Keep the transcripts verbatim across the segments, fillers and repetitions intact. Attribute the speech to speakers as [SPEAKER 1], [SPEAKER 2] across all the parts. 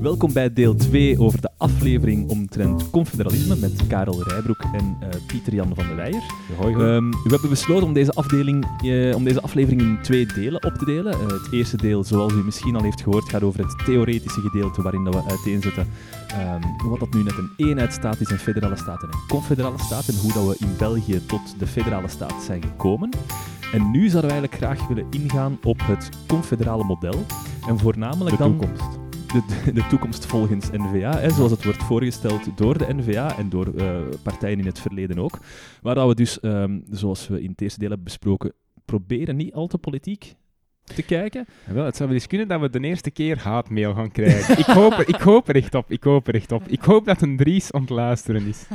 [SPEAKER 1] Welkom bij deel twee over de aflevering omtrent confederalisme met Karel Rijbroek en uh, Pieter-Jan van de Weijer.
[SPEAKER 2] Hoi, hoi.
[SPEAKER 1] Um, we hebben besloten om deze, afdeling, uh, om deze aflevering in twee delen op te delen. Uh, het eerste deel, zoals u misschien al heeft gehoord, gaat over het theoretische gedeelte waarin dat we uiteenzetten um, wat dat nu net een eenheidsstaat is, een federale staat en een confederale staat, en hoe dat we in België tot de federale staat zijn gekomen. En nu zouden we eigenlijk graag willen ingaan op het confederale model. En voornamelijk
[SPEAKER 2] de
[SPEAKER 1] dan...
[SPEAKER 2] toekomst.
[SPEAKER 1] De, de toekomst volgens N V A, hè, zoals het wordt voorgesteld door de N V A en door uh, partijen in het verleden ook. Waar dat we dus, um, zoals we in het eerste deel hebben besproken, proberen niet al te politiek te kijken.
[SPEAKER 2] Ja, wel, het zou wel eens kunnen dat we de eerste keer haatmail gaan krijgen. ik, hoop er, ik hoop er echt op, ik hoop er echt op. Ik hoop dat een Dries aan het luisteren is.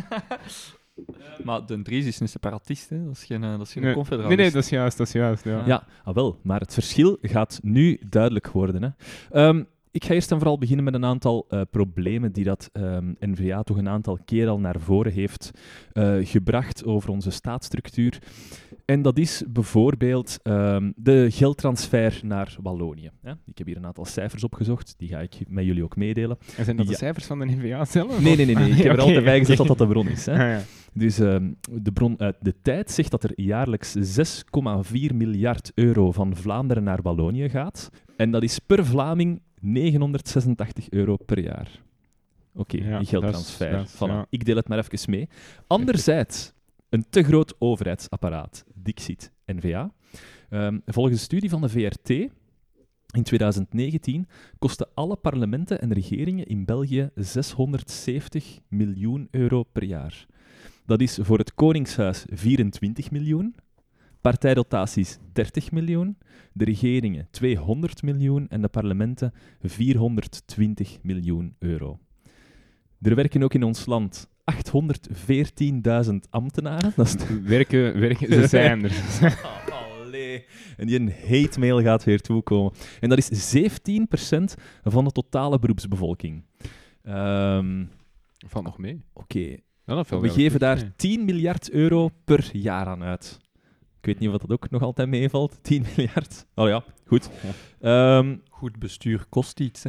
[SPEAKER 3] Maar de Dries is een separatist, hè? Dat is geen, dat is geen
[SPEAKER 2] nee,
[SPEAKER 3] confederalist.
[SPEAKER 2] Nee, nee, dat is juist, dat is juist. Ja,
[SPEAKER 1] ja ah, wel, maar het verschil gaat nu duidelijk worden. Hè. Um, Ik ga eerst en vooral beginnen met een aantal uh, problemen die dat um, N V A toch een aantal keer al naar voren heeft uh, gebracht over onze staatsstructuur. En dat is bijvoorbeeld um, de geldtransfer naar Wallonië. Hè? Ik heb hier een aantal cijfers opgezocht, die ga ik met jullie ook meedelen.
[SPEAKER 2] En zijn dat
[SPEAKER 1] ja.
[SPEAKER 2] de cijfers van de N V A zelf?
[SPEAKER 1] Nee, nee, nee. nee. Ik heb er
[SPEAKER 2] okay,
[SPEAKER 1] altijd bij gezet
[SPEAKER 2] okay.
[SPEAKER 1] dat dat de bron is. Hè?
[SPEAKER 2] Ah, ja.
[SPEAKER 1] Dus um, de bron uit de tijd zegt dat er jaarlijks zes komma vier miljard euro van Vlaanderen naar Wallonië gaat. En dat is per Vlaming negenhonderdzesentachtig euro per jaar. Oké, okay,
[SPEAKER 2] ja,
[SPEAKER 1] die geldtransfer.
[SPEAKER 2] Dat is, dat is,
[SPEAKER 1] voilà.
[SPEAKER 2] ja.
[SPEAKER 1] Ik deel het maar even mee. Anderzijds, een te groot overheidsapparaat. Dixit N V A. Um, volgens een studie van de V R T in twintig negentien kosten alle parlementen en regeringen in België zeshonderdzeventig miljoen euro per jaar. Dat is voor het Koningshuis vierentwintig miljoen, partijdotaties dertig miljoen, de regeringen tweehonderd miljoen en de parlementen vierhonderdtwintig miljoen euro. Er werken ook in ons land achthonderdveertienduizend ambtenaren. Dat is de...
[SPEAKER 2] werken, werken, ze zijn er.
[SPEAKER 1] Allee. En die een hate mail gaat weer toekomen. En dat is zeventien procent van de totale beroepsbevolking. Um,
[SPEAKER 2] Valt nog mee.
[SPEAKER 1] Oké. Okay.
[SPEAKER 2] Ja,
[SPEAKER 1] we geven daar mee. tien miljard euro per jaar aan uit. Ik weet niet of dat ook nog altijd meevalt. tien miljard. Oh ja, goed. Um,
[SPEAKER 3] goed bestuur kost iets, hè.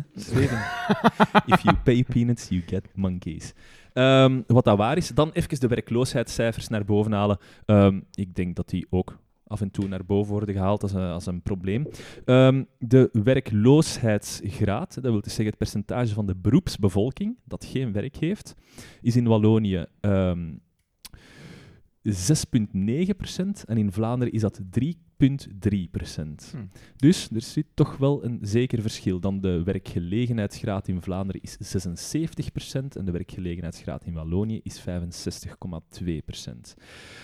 [SPEAKER 1] If you pay peanuts, you get monkeys. Um, wat dat waar is, dan even de werkloosheidscijfers naar boven halen. Um, ik denk dat die ook af en toe naar boven worden gehaald als een, als een probleem. Um, de werkloosheidsgraad, dat wil dus zeggen het percentage van de beroepsbevolking dat geen werk heeft, is in Wallonië um, zes komma negen procent en in Vlaanderen is dat drie komma drie procent. Hm. Dus er zit toch wel een zeker verschil. Dan de werkgelegenheidsgraad in Vlaanderen is zesenzeventig procent en de werkgelegenheidsgraad in Wallonië is vijfenzestig komma twee procent.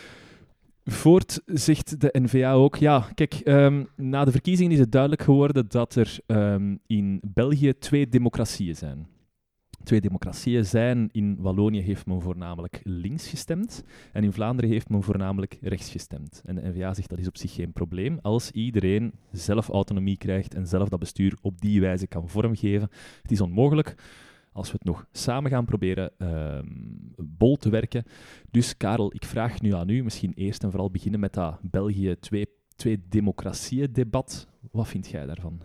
[SPEAKER 1] Voort zegt de N V A ook, ja, kijk, um, na de verkiezingen is het duidelijk geworden dat er um, in België twee democratieën zijn. Twee democratieën zijn. In Wallonië heeft men voornamelijk links gestemd en in Vlaanderen heeft men voornamelijk rechts gestemd. En de N V A zegt dat is op zich geen probleem als iedereen zelf autonomie krijgt en zelf dat bestuur op die wijze kan vormgeven. Het is onmogelijk als we het nog samen gaan proberen uh, bol te werken. Dus Karel, ik vraag nu aan u, misschien eerst en vooral beginnen met dat België twee, twee democratieën debat. Wat vind jij daarvan?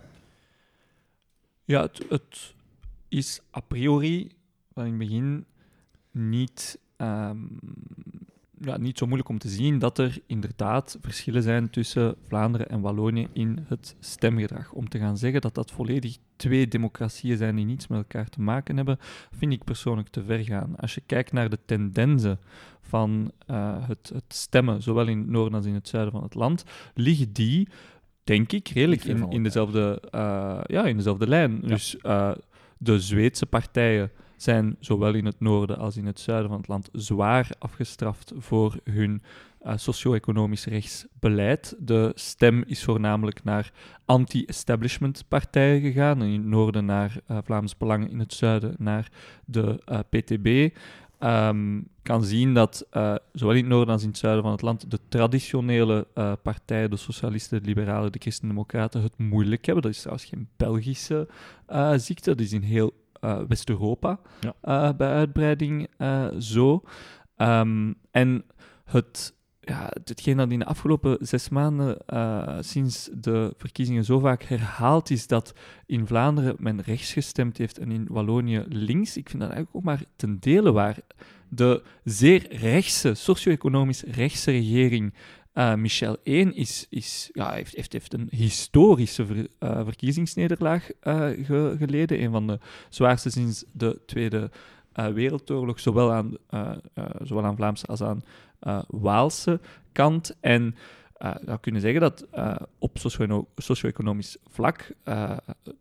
[SPEAKER 3] Ja, het... het... is a priori van in het begin niet, um, ja, niet zo moeilijk om te zien dat er inderdaad verschillen zijn tussen Vlaanderen en Wallonië in het stemgedrag. Om te gaan zeggen dat dat volledig twee democratieën zijn die niets met elkaar te maken hebben, vind ik persoonlijk te ver gaan. Als je kijkt naar de tendensen van uh, het, het stemmen, zowel in het noorden als in het zuiden van het land, liggen die, denk ik, redelijk in, in, dezelfde, uh, ja, in dezelfde lijn. Ja. Dus... Uh, De Zweedse partijen zijn zowel in het noorden als in het zuiden van het land zwaar afgestraft voor hun uh, socio-economisch rechtsbeleid. De stem is voornamelijk naar anti-establishment partijen gegaan. In het noorden naar uh, Vlaams Belang, in het zuiden naar de uh, P T B. Um, kan zien dat uh, zowel in het noorden als in het zuiden van het land de traditionele uh, partijen, de socialisten, de liberalen, de christendemocraten, het moeilijk hebben. Dat is trouwens geen Belgische uh, ziekte, dat is in heel uh, West-Europa ja. uh, bij uitbreiding uh, zo. Um, en het ja, hetgeen dat in de afgelopen zes maanden uh, sinds de verkiezingen zo vaak herhaald is, dat in Vlaanderen men rechts gestemd heeft en in Wallonië links, ik vind dat eigenlijk ook maar ten dele waar. De zeer rechtse, socio-economisch rechtse regering uh, Michel één is, is, ja, heeft, heeft, heeft een historische ver, uh, verkiezingsnederlaag uh, ge, geleden. Een van de zwaarste sinds de Tweede uh, Wereldoorlog, zowel aan, uh, uh, zowel aan Vlaamse als aan uh, Waalse kant. En uh, we kunnen zeggen dat uh, op socio- socio-economisch vlak uh,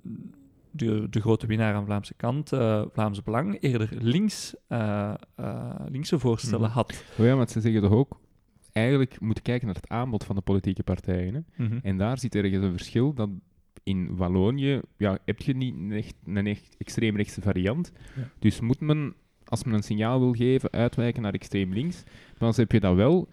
[SPEAKER 3] de, de grote winnaar aan Vlaamse kant, uh, Vlaams Belang, eerder links, uh, uh, linkse voorstellen had.
[SPEAKER 2] Oh ja, maar ze zeggen toch ook, eigenlijk moet je kijken naar het aanbod van de politieke partijen. Hè?
[SPEAKER 3] Mm-hmm.
[SPEAKER 2] En daar zit ergens een verschil. Dat in Wallonië ja, heb je niet een echt, een echt extreemrechtse variant.
[SPEAKER 1] Ja.
[SPEAKER 2] Dus moet men, als men een signaal wil geven, uitwijken naar extreem links. Maar dan heb je dat wel...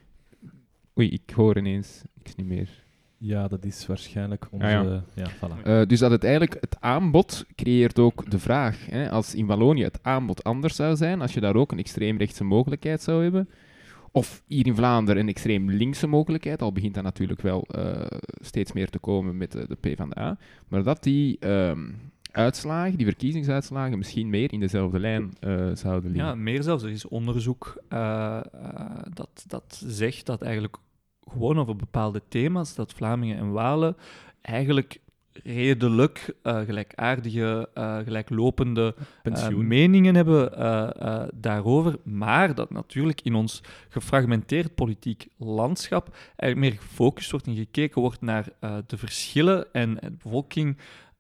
[SPEAKER 2] Oei, ik hoor ineens... Ik is niet meer...
[SPEAKER 1] Ja, dat is waarschijnlijk onze...
[SPEAKER 2] Ah, ja.
[SPEAKER 1] ja, voilà.
[SPEAKER 2] Uh, dus dat het eigenlijk het aanbod creëert ook de vraag. Hè? Als in Wallonië het aanbod anders zou zijn, als je daar ook een extreemrechtse mogelijkheid zou hebben, of hier in Vlaanderen een extreem linkse mogelijkheid, al begint dat natuurlijk wel uh, steeds meer te komen met de, de PvdA, maar dat die um, uitslagen, die verkiezingsuitslagen, misschien meer in dezelfde lijn uh, zouden liggen.
[SPEAKER 3] Ja, meer zelfs. Er is onderzoek uh, uh, dat, dat zegt dat eigenlijk gewoon over bepaalde thema's, dat Vlamingen en Walen eigenlijk redelijk uh, gelijkaardige, uh, gelijklopende uh, meningen hebben uh, uh, daarover, maar dat natuurlijk in ons gefragmenteerd politiek landschap eigenlijk meer gefocust wordt en gekeken wordt naar uh, de verschillen en de bevolking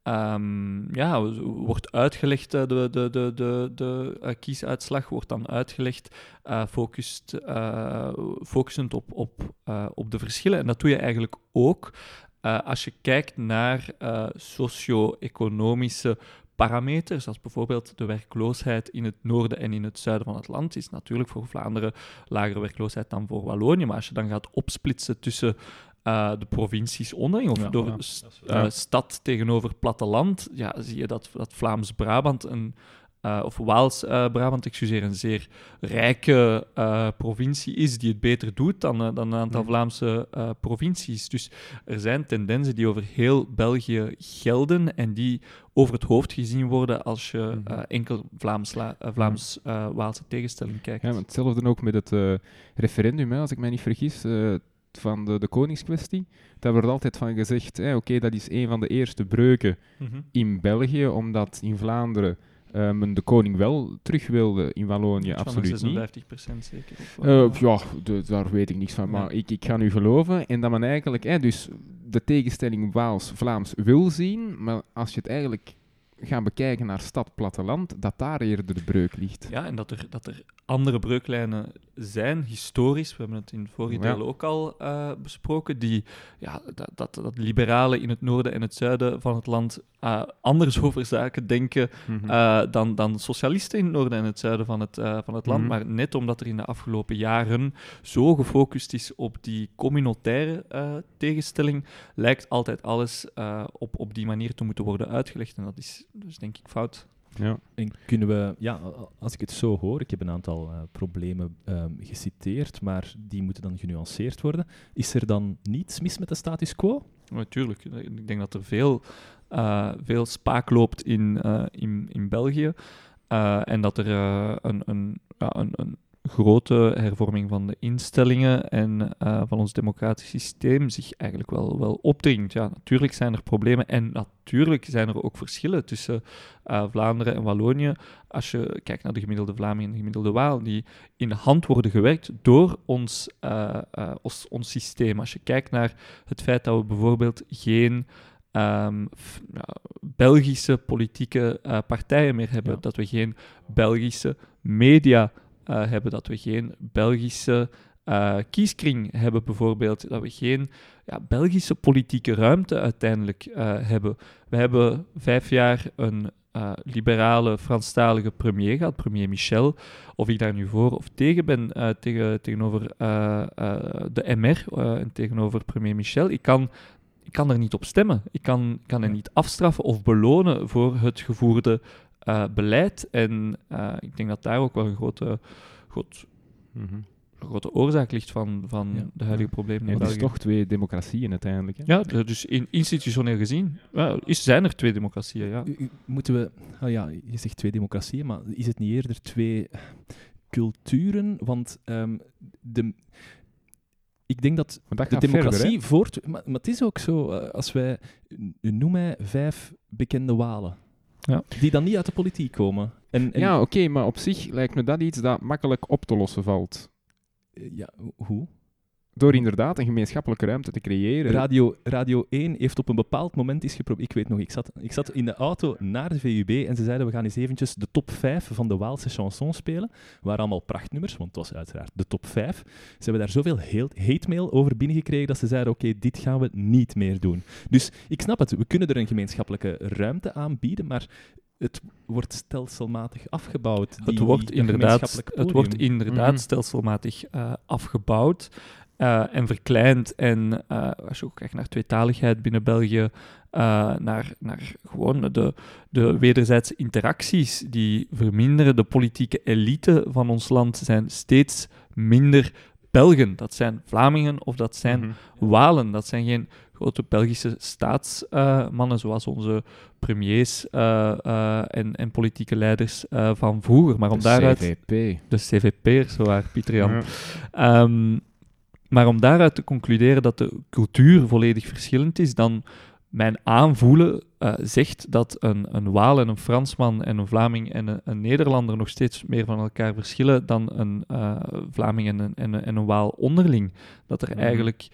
[SPEAKER 3] Um, ja, wordt uitgelegd, de, de, de, de, de, de uh, kiesuitslag wordt dan uitgelegd, uh, focust, uh, focusend op, op, uh, op de verschillen. En dat doe je eigenlijk ook uh, als je kijkt naar uh, socio-economische parameters, als bijvoorbeeld de werkloosheid in het noorden en in het zuiden van het land, is natuurlijk voor Vlaanderen lagere werkloosheid dan voor Wallonië, maar als je dan gaat opsplitsen tussen Uh, de provincies onderling, of
[SPEAKER 1] ja,
[SPEAKER 3] door
[SPEAKER 1] ja,
[SPEAKER 3] st- uh, stad tegenover platteland, ja, zie je dat, dat Vlaams-Brabant, een, uh, of Waals-Brabant, uh, excuseer, een zeer rijke uh, provincie is, die het beter doet dan, uh, dan een aantal mm. Vlaamse uh, provincies. Dus er zijn tendensen die over heel België gelden en die over het hoofd gezien worden als je uh, enkel Vlaams-Waalse uh, Vlaams, uh, tegenstelling kijkt.
[SPEAKER 2] Ja, maar hetzelfde ook met het uh, referendum, hè, als ik mij niet vergis, uh, van de, de koningskwestie. Daar wordt altijd van gezegd, oké, okay, dat is een van de eerste breuken mm-hmm. in België, omdat in Vlaanderen uh, men de koning wel terug wilde, in Wallonië absoluut niet.
[SPEAKER 3] zesenvijftig procent zeker? Of,
[SPEAKER 2] uh, ja, de, daar weet ik niks van, maar ja. ik, ik ga nu geloven. En dat men eigenlijk eh, dus de tegenstelling Waals-Vlaams wil zien, maar als je het eigenlijk gaan bekijken naar stad-platteland, dat daar eerder de breuk ligt.
[SPEAKER 3] Ja, en dat er, dat er andere breuklijnen zijn, historisch, we hebben het in vorige deel ja. ook al uh, besproken, die, ja, dat, dat, dat liberalen in het noorden en het zuiden van het land uh, anders over zaken denken mm-hmm. uh, dan, dan socialisten in het noorden en het zuiden van het, uh, van het land, mm-hmm. maar net omdat er in de afgelopen jaren zo gefocust is op die communautaire uh, tegenstelling, lijkt altijd alles uh, op, op die manier te moeten worden uitgelegd, en dat is dus denk ik fout.
[SPEAKER 1] Ja. En kunnen we, ja, als ik het zo hoor, ik heb een aantal uh, problemen um, geciteerd, maar die moeten dan genuanceerd worden. Is er dan niets mis met de status quo?
[SPEAKER 3] Natuurlijk. Ja, ik denk dat er veel, uh, veel spaak loopt in, uh, in, in België uh, en dat er uh, een, een, ja, een, een grote hervorming van de instellingen en uh, van ons democratisch systeem zich eigenlijk wel, wel opdringt. Ja, natuurlijk zijn er problemen en natuurlijk zijn er ook verschillen tussen uh, Vlaanderen en Wallonië. Als je kijkt naar de gemiddelde Vlaming en de gemiddelde Waal, die in de hand worden gewerkt door ons, uh, uh, ons, ons systeem. Als je kijkt naar het feit dat we bijvoorbeeld geen Um, f- ja, Belgische politieke uh, partijen meer hebben, ja. dat we geen Belgische media Uh, hebben, dat we geen Belgische uh, kieskring hebben bijvoorbeeld, dat we geen ja, Belgische politieke ruimte uiteindelijk uh, hebben. We hebben vijf jaar een uh, liberale Franstalige premier gehad, premier Michel. Of ik daar nu voor of tegen ben uh, tegen, tegenover uh, uh, de M R uh, en tegenover premier Michel, ik kan Ik kan er niet op stemmen. Ik kan, kan hen niet afstraffen of belonen voor het gevoerde uh, beleid. En uh, ik denk dat daar ook wel een grote, groot,
[SPEAKER 2] mm-hmm.
[SPEAKER 3] een grote oorzaak ligt van, van
[SPEAKER 1] Ja.
[SPEAKER 3] de huidige problemen in
[SPEAKER 2] Het is
[SPEAKER 3] België.
[SPEAKER 2] toch twee democratieën uiteindelijk. Hè?
[SPEAKER 3] Ja, de- dus in, institutioneel gezien ja, is, zijn er twee democratieën, ja.
[SPEAKER 1] U- u- Moeten we... Oh ja, je zegt twee democratieën, maar is het niet eerder twee culturen? Want ehm, de... Ik denk dat
[SPEAKER 2] Want dat
[SPEAKER 1] de
[SPEAKER 2] gaat
[SPEAKER 1] democratie
[SPEAKER 2] verder, hè.
[SPEAKER 1] voort... Maar, maar het is ook zo, eh, als wij... Noem mij vijf bekende Walen.
[SPEAKER 3] Ja.
[SPEAKER 1] Die dan niet uit de politiek komen. En, en,
[SPEAKER 2] Ja, oké, maar op zich lijkt me dat iets dat makkelijk op te lossen valt.
[SPEAKER 1] ja, ho- hoe?
[SPEAKER 2] Door inderdaad een gemeenschappelijke ruimte te creëren.
[SPEAKER 1] Radio, Radio één heeft op een bepaald moment eens geprobeerd... Ik weet nog, ik zat, ik zat in de auto naar de V U B en ze zeiden, we gaan eens eventjes de top vijf van de Waalse chansons spelen. Het waren allemaal prachtnummers, want het was uiteraard de top vijf. Ze hebben daar zoveel heel- hate-mail over binnengekregen dat ze zeiden, oké, dit gaan we niet meer doen. Dus ik snap het, we kunnen er een gemeenschappelijke ruimte aanbieden, maar het wordt stelselmatig afgebouwd.
[SPEAKER 3] Het
[SPEAKER 1] die-
[SPEAKER 3] wordt
[SPEAKER 1] dat
[SPEAKER 3] inderdaad,
[SPEAKER 1] gemeenschappelijk
[SPEAKER 3] het wordt
[SPEAKER 1] podium.
[SPEAKER 3] inderdaad
[SPEAKER 2] Mhm.
[SPEAKER 3] stelselmatig eh, afgebouwd eh, en verkleind. En eh, als je ook kijkt naar tweetaligheid binnen België, eh, naar, naar gewoon de, de wederzijdse interacties die verminderen. De politieke elite van ons land zijn steeds minder Belgen. Dat zijn Vlamingen of dat zijn
[SPEAKER 2] Mhm.
[SPEAKER 3] Walen. Dat zijn geen grote Belgische staatsmannen zoals onze premiers eh, eh, en, en politieke leiders eh, van vroeger. Maar om
[SPEAKER 2] De
[SPEAKER 3] daaruit...
[SPEAKER 2] C V P.
[SPEAKER 3] De C V P'ers, zowaar, Pieter Jan.
[SPEAKER 2] Ja.
[SPEAKER 3] Ehm, maar om daaruit te concluderen dat de cultuur volledig verschillend is, dan mijn aanvoelen eh, zegt dat een, een Waal en een Fransman en een Vlaming en een, een Nederlander nog steeds meer van elkaar verschillen dan een uh, Vlaming en een, en, een, en een Waal onderling. Dat er
[SPEAKER 2] Mhm.
[SPEAKER 3] eigenlijk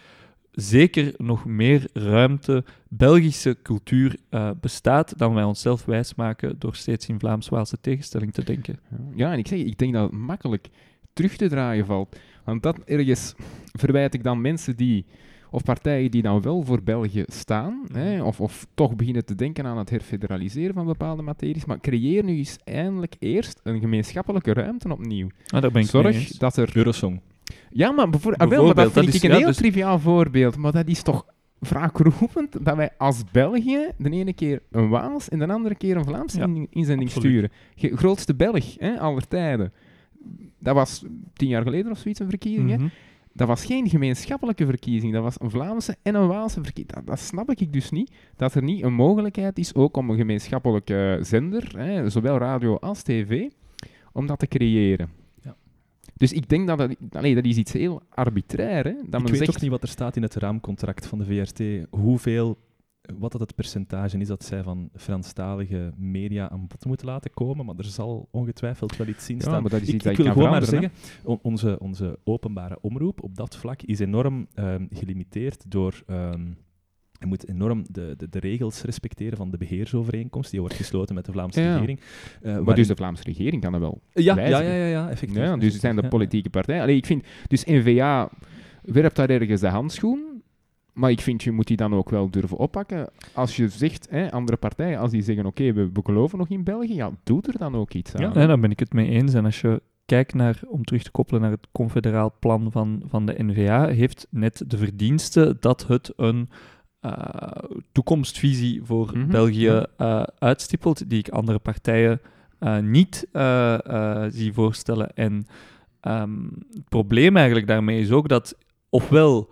[SPEAKER 3] zeker nog meer ruimte Belgische cultuur uh, bestaat dan wij onszelf wijsmaken door steeds in Vlaams-Waalse tegenstelling te denken.
[SPEAKER 2] Ja, en ik zeg, ik denk dat het makkelijk terug te draaien valt. Want dat ergens verwijt ik dan mensen die, of partijen die dan wel voor België staan, hè, of, of toch beginnen te denken aan het herfederaliseren van bepaalde materies, maar creëer nu eens eindelijk eerst een gemeenschappelijke ruimte opnieuw.
[SPEAKER 3] Ah, daar ben ik mee
[SPEAKER 2] Zorg
[SPEAKER 3] eens.
[SPEAKER 2] dat er...
[SPEAKER 1] Eurosong.
[SPEAKER 2] Ja, maar bevoor... ah, wel, maar
[SPEAKER 3] Bijvoorbeeld,
[SPEAKER 2] dat vind
[SPEAKER 3] dat
[SPEAKER 2] ik
[SPEAKER 3] is-
[SPEAKER 2] een
[SPEAKER 3] ja,
[SPEAKER 2] heel
[SPEAKER 3] dus-
[SPEAKER 2] triviaal voorbeeld, maar dat is toch wraakroepend dat wij als België de ene keer een Waals en de andere keer een Vlaamse
[SPEAKER 3] Ja,
[SPEAKER 2] in- inzending
[SPEAKER 3] absoluut.
[SPEAKER 2] sturen. Ge- grootste Belg, hè, aller tijden. Dat was tien jaar geleden of zoiets een verkiezing, hè.
[SPEAKER 3] Mhm.
[SPEAKER 2] Dat was geen gemeenschappelijke verkiezing, dat was een Vlaamse en een Waalse verkiezing. Dat, dat snap ik dus niet, dat er niet een mogelijkheid is, ook om een gemeenschappelijke zender, hè, zowel radio als tv, om dat te creëren.
[SPEAKER 1] Ja.
[SPEAKER 2] Dus ik denk dat dat, allee, dat is iets heel arbitrair, hè, dat
[SPEAKER 1] Ik
[SPEAKER 2] men
[SPEAKER 1] weet
[SPEAKER 2] zegt...
[SPEAKER 1] ook niet wat er staat in het raamcontract van de V R T, hoeveel, wat dat het percentage is dat zij van Franstalige media aan bod moeten laten komen, maar er zal ongetwijfeld wel iets in
[SPEAKER 2] Ja,
[SPEAKER 1] staan.
[SPEAKER 2] maar dat is
[SPEAKER 1] ik
[SPEAKER 2] iets
[SPEAKER 1] ik
[SPEAKER 2] dat je
[SPEAKER 1] wil
[SPEAKER 2] kan
[SPEAKER 1] gewoon maar
[SPEAKER 2] veranderen,
[SPEAKER 1] zeggen, on- onze, onze openbare omroep op dat vlak is enorm ehm, gelimiteerd door... ehm, je moet enorm de, de, de regels respecteren van de beheersovereenkomst, die wordt gesloten met de Vlaamse
[SPEAKER 2] Ja.
[SPEAKER 1] regering. Eh,
[SPEAKER 2] Maar
[SPEAKER 1] waarin-
[SPEAKER 2] dus de Vlaamse regering kan dat wel.
[SPEAKER 1] ja, ja,
[SPEAKER 2] wijzigen.
[SPEAKER 1] ja, ja, ja, effectief.
[SPEAKER 2] Ja, dus het zijn de
[SPEAKER 1] Ja.
[SPEAKER 2] politieke partijen. Allee, ik vind, dus N V A werpt daar ergens de handschoen, maar ik vind, je moet die dan ook wel durven oppakken. Als je zegt, hè, andere partijen, als die zeggen, oké, we, we geloven nog in België, ja, doe er dan ook iets aan.
[SPEAKER 3] Ja, daar ben ik het mee eens. En als je kijkt naar, om terug te koppelen naar het confederaal plan van, van de N V A, heeft net de verdienste dat het een uh, toekomstvisie voor
[SPEAKER 2] Mhm,
[SPEAKER 3] België
[SPEAKER 2] ja.
[SPEAKER 3] uh, uitstippelt, die ik andere partijen uh, niet uh, uh, zie voorstellen. En um, het probleem eigenlijk daarmee is ook dat ofwel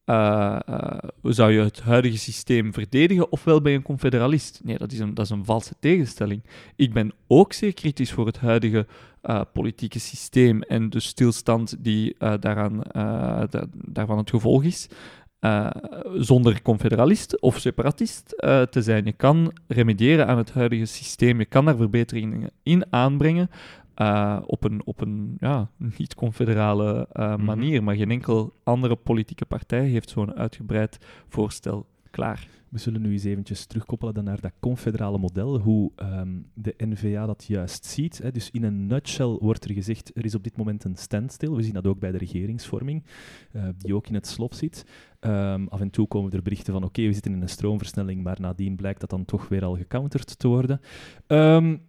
[SPEAKER 3] uh, uh, zou je het huidige systeem verdedigen, ofwel ben je een confederalist. Nee, dat is een, dat is een valse tegenstelling. Ik ben ook zeer kritisch voor het huidige uh, politieke systeem en de stilstand die uh, daaraan, uh, da- daarvan het gevolg is. Uh, zonder confederalist of separatist uh, te zijn. Je kan remediëren aan het huidige systeem, je kan daar verbeteringen in aanbrengen uh, op een, op een ja, niet-confederale uh,
[SPEAKER 2] Mhm.
[SPEAKER 3] manier, maar geen enkel andere politieke partij heeft zo'n uitgebreid voorstel klaar.
[SPEAKER 1] We zullen nu eens eventjes terugkoppelen dan naar dat confederale model, hoe ehm, de N V A dat juist ziet. Hè. Dus in een nutshell wordt er gezegd, er is op dit moment een standstill. We zien dat ook bij de regeringsvorming, uh, die ook in het slop zit. Um, af en toe komen er berichten van, oké, okay, we zitten in een stroomversnelling, maar nadien blijkt dat dan toch weer al gecounterd te worden. Um,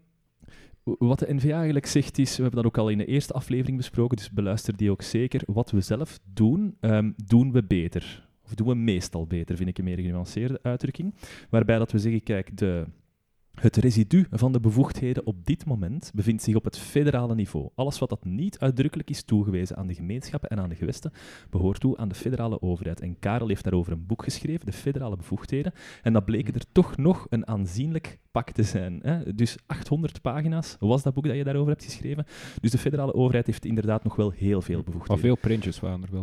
[SPEAKER 1] Wat de N V A eigenlijk zegt is, we hebben dat ook al in de eerste aflevering besproken, dus beluister die ook zeker. Wat we zelf doen, um, doen we beter. Of doen we meestal beter, vind ik een meer genuanceerde uitdrukking. Waarbij dat we zeggen, kijk, de, Het residu van de bevoegdheden op dit moment bevindt zich op het federale niveau. Alles wat dat niet uitdrukkelijk is toegewezen aan de gemeenschappen en aan de gewesten, behoort toe aan de federale overheid. En Karel heeft daarover een boek geschreven, De Federale Bevoegdheden, en dat bleken er toch nog een aanzienlijk pak te zijn. Hè? Dus achthonderd pagina's was dat boek dat je daarover hebt geschreven. Dus de federale overheid heeft inderdaad nog wel heel veel
[SPEAKER 2] Maar
[SPEAKER 1] bevoegdheden.
[SPEAKER 2] veel printjes waren er wel.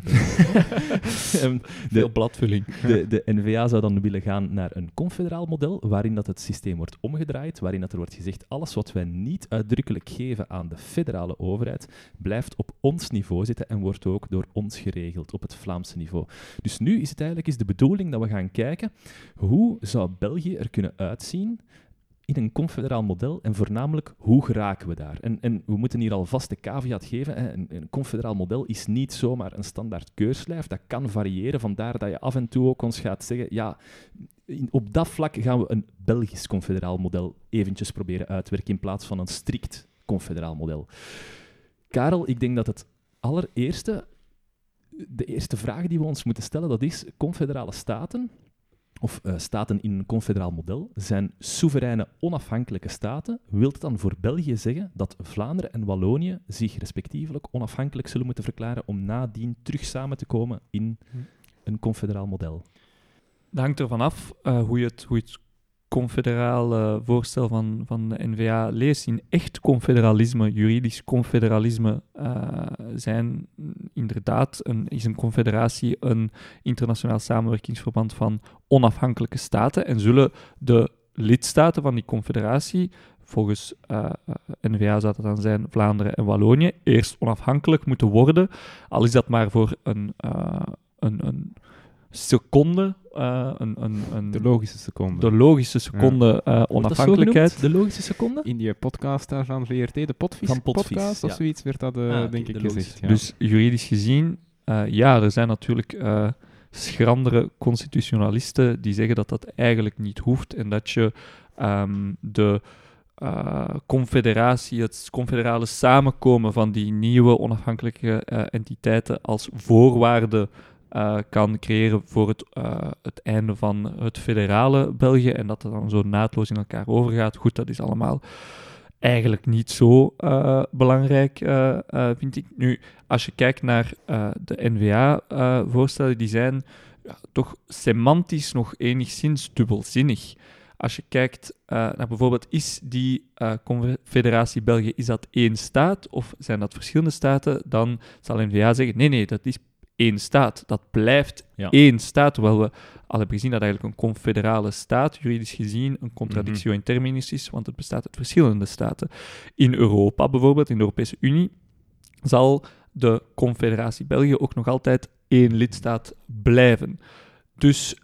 [SPEAKER 1] Ehm,
[SPEAKER 3] Veel
[SPEAKER 1] de,
[SPEAKER 3] bladvulling.
[SPEAKER 1] de, de N V A zou dan willen gaan naar een confederaal model, waarin dat het systeem wordt omgedraaid, waarin dat er wordt gezegd, alles wat wij niet uitdrukkelijk geven aan de federale overheid, blijft op ons niveau zitten en wordt ook door ons geregeld, op het Vlaamse niveau. Dus nu is het eigenlijk is de bedoeling dat we gaan kijken, hoe zou België er kunnen uitzien in een confederaal model en voornamelijk, hoe geraken we daar? En, en we moeten hier alvast de caveat geven, hè. Een, een confederaal model is niet zomaar een standaard keurslijf, dat kan variëren, vandaar dat je af en toe ook ons gaat zeggen, ja, in, op dat vlak gaan we een Belgisch confederaal model eventjes proberen uitwerken in plaats van een strikt confederaal model. Karel, ik denk dat het allereerste, de eerste vraag die we ons moeten stellen, dat is, confederale staten, of uh, staten in een confederaal model, zijn soevereine, onafhankelijke staten. Wil het dan voor België zeggen dat Vlaanderen en Wallonië zich respectievelijk onafhankelijk zullen moeten verklaren om nadien terug samen te komen in een confederaal model?
[SPEAKER 3] Dat hangt ervan af uh, hoe je het, hoe je het confederale voorstel van, van de N V A leest. In echt confederalisme, juridisch confederalisme, uh, zijn inderdaad een, is een confederatie een internationaal samenwerkingsverband van onafhankelijke staten en zullen de lidstaten van die confederatie, volgens uh, N V A zou dat dan zijn Vlaanderen en Wallonië, eerst onafhankelijk moeten worden, al is dat maar voor een, uh, een, een seconde, uh, een, een, een,
[SPEAKER 2] De logische seconde.
[SPEAKER 3] de logische seconde uh, onafhankelijkheid.
[SPEAKER 1] De logische seconde?
[SPEAKER 2] In die podcast daar van V R T, de Potvies
[SPEAKER 1] Van Potvies,
[SPEAKER 2] podcast of
[SPEAKER 1] ja.
[SPEAKER 2] zoiets, werd dat uh,
[SPEAKER 1] Ah, oké,
[SPEAKER 2] denk
[SPEAKER 1] de
[SPEAKER 2] ik
[SPEAKER 1] logische.
[SPEAKER 2] gezegd. Ja.
[SPEAKER 3] Dus juridisch gezien, uh, ja, er zijn natuurlijk uh, schrandere constitutionalisten die zeggen dat dat eigenlijk niet hoeft en dat je um, de uh, confederatie, het confederale samenkomen van die nieuwe onafhankelijke uh, entiteiten als voorwaarde Uh, kan creëren voor het, uh, het einde van het federale België en dat het dan zo naadloos in elkaar overgaat. Goed, dat is allemaal eigenlijk niet zo uh, belangrijk, uh, uh, vind ik. Nu, als je kijkt naar uh, de N V A-voorstellen, uh, die zijn ja, toch semantisch nog enigszins dubbelzinnig. Als je kijkt uh, naar bijvoorbeeld, is die uh, Confederatie België, is dat één staat of zijn dat verschillende staten, dan zal N V A zeggen, nee, nee, dat is één staat. Dat blijft
[SPEAKER 1] Ja.
[SPEAKER 3] één staat, terwijl we al hebben gezien dat eigenlijk een confederale staat, juridisch gezien, een contradictio in terminis is, want het bestaat uit verschillende staten. In Europa bijvoorbeeld, in de Europese Unie, zal de Confederatie België ook nog altijd één lidstaat blijven. Dus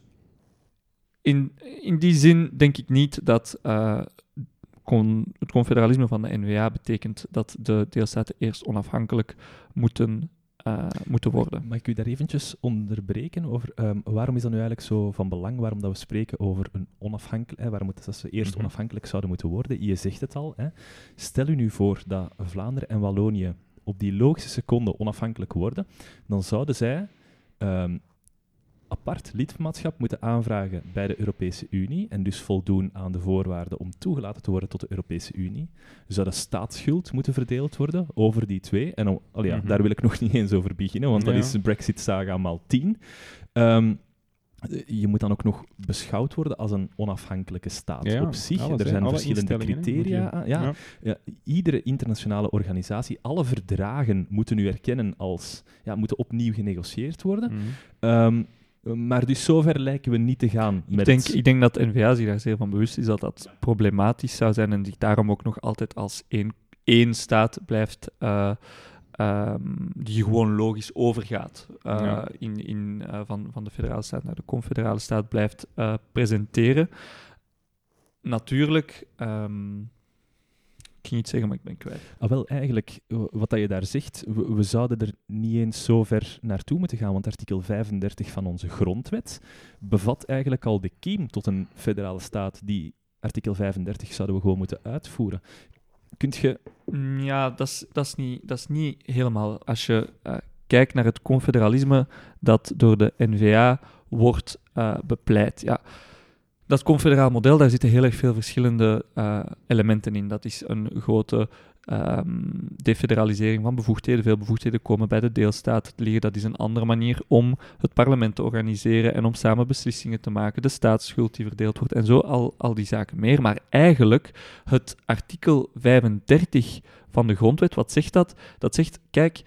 [SPEAKER 3] in, in die zin denk ik niet dat uh, con, het confederalisme van de N V A betekent dat de deelstaten eerst onafhankelijk moeten Uh, moeten worden.
[SPEAKER 1] Mag ik u daar eventjes onderbreken over um, waarom is dat nu eigenlijk zo van belang, waarom dat we spreken over een onafhankelijk, hè, waarom het, dat ze eerst
[SPEAKER 2] Mm-hmm.
[SPEAKER 1] onafhankelijk zouden moeten worden? Je zegt het al, hè. Stel u nu voor dat Vlaanderen en Wallonië op die logische seconde onafhankelijk worden, dan zouden zij um, apart lidmaatschap moeten aanvragen bij de Europese Unie en dus voldoen aan de voorwaarden om toegelaten te worden tot de Europese Unie. Zou de staatsschuld moeten verdeeld worden over die twee. En oh, oh ja,
[SPEAKER 2] Mm-hmm.
[SPEAKER 1] daar wil ik nog niet eens over beginnen, want
[SPEAKER 2] Ja.
[SPEAKER 1] dat is Brexit-saga maal tien. Um, je moet dan ook nog beschouwd worden als een onafhankelijke staat
[SPEAKER 2] Ja,
[SPEAKER 1] op zich.
[SPEAKER 2] alles,
[SPEAKER 1] er
[SPEAKER 2] hè.
[SPEAKER 1] zijn
[SPEAKER 2] Alle
[SPEAKER 1] verschillende
[SPEAKER 2] instellingen, hè,
[SPEAKER 1] criteria.
[SPEAKER 2] moet je-
[SPEAKER 1] aan. Ja,
[SPEAKER 2] ja.
[SPEAKER 1] ja, iedere internationale organisatie, alle verdragen moeten nu erkennen als, ja, moeten opnieuw genegocieerd worden.
[SPEAKER 2] Mhm.
[SPEAKER 1] Um, maar dus zover lijken we niet te gaan met
[SPEAKER 3] Ik denk,
[SPEAKER 1] het-
[SPEAKER 3] ik denk dat N V A zich daar zeer van bewust is dat dat problematisch zou zijn en zich daarom ook nog altijd als één, één staat blijft uh, um, die gewoon logisch overgaat uh,
[SPEAKER 2] Ja.
[SPEAKER 3] in, in, uh, van, van de federale staat naar de confederale staat blijft uh, presenteren. Natuurlijk, um, ik ging iets zeggen, maar ik ben kwijt.
[SPEAKER 1] Ah, wel, eigenlijk, w- wat dat je daar zegt, we, we zouden er niet eens zo ver naartoe moeten gaan, want artikel vijfendertig van onze grondwet bevat eigenlijk al de kiem tot een federale staat. Die artikel vijfendertig zouden we gewoon moeten uitvoeren. Kunt je...
[SPEAKER 3] Mm, Ja, dat is, dat is, niet, dat is niet helemaal. Als je uh, kijkt naar het confederalisme dat door de N V A wordt uh, bepleit. Ja, dat confederaal model, daar zitten heel erg veel verschillende uh, elementen in. Dat is een grote um, defederalisering van bevoegdheden. Veel bevoegdheden komen bij de deelstaten te liggen. Dat is een andere manier om het parlement te organiseren en om samen beslissingen te maken. De staatsschuld die verdeeld wordt en zo, al, al die zaken meer. Maar eigenlijk, het artikel vijfendertig van de grondwet, wat zegt dat? Dat zegt, kijk,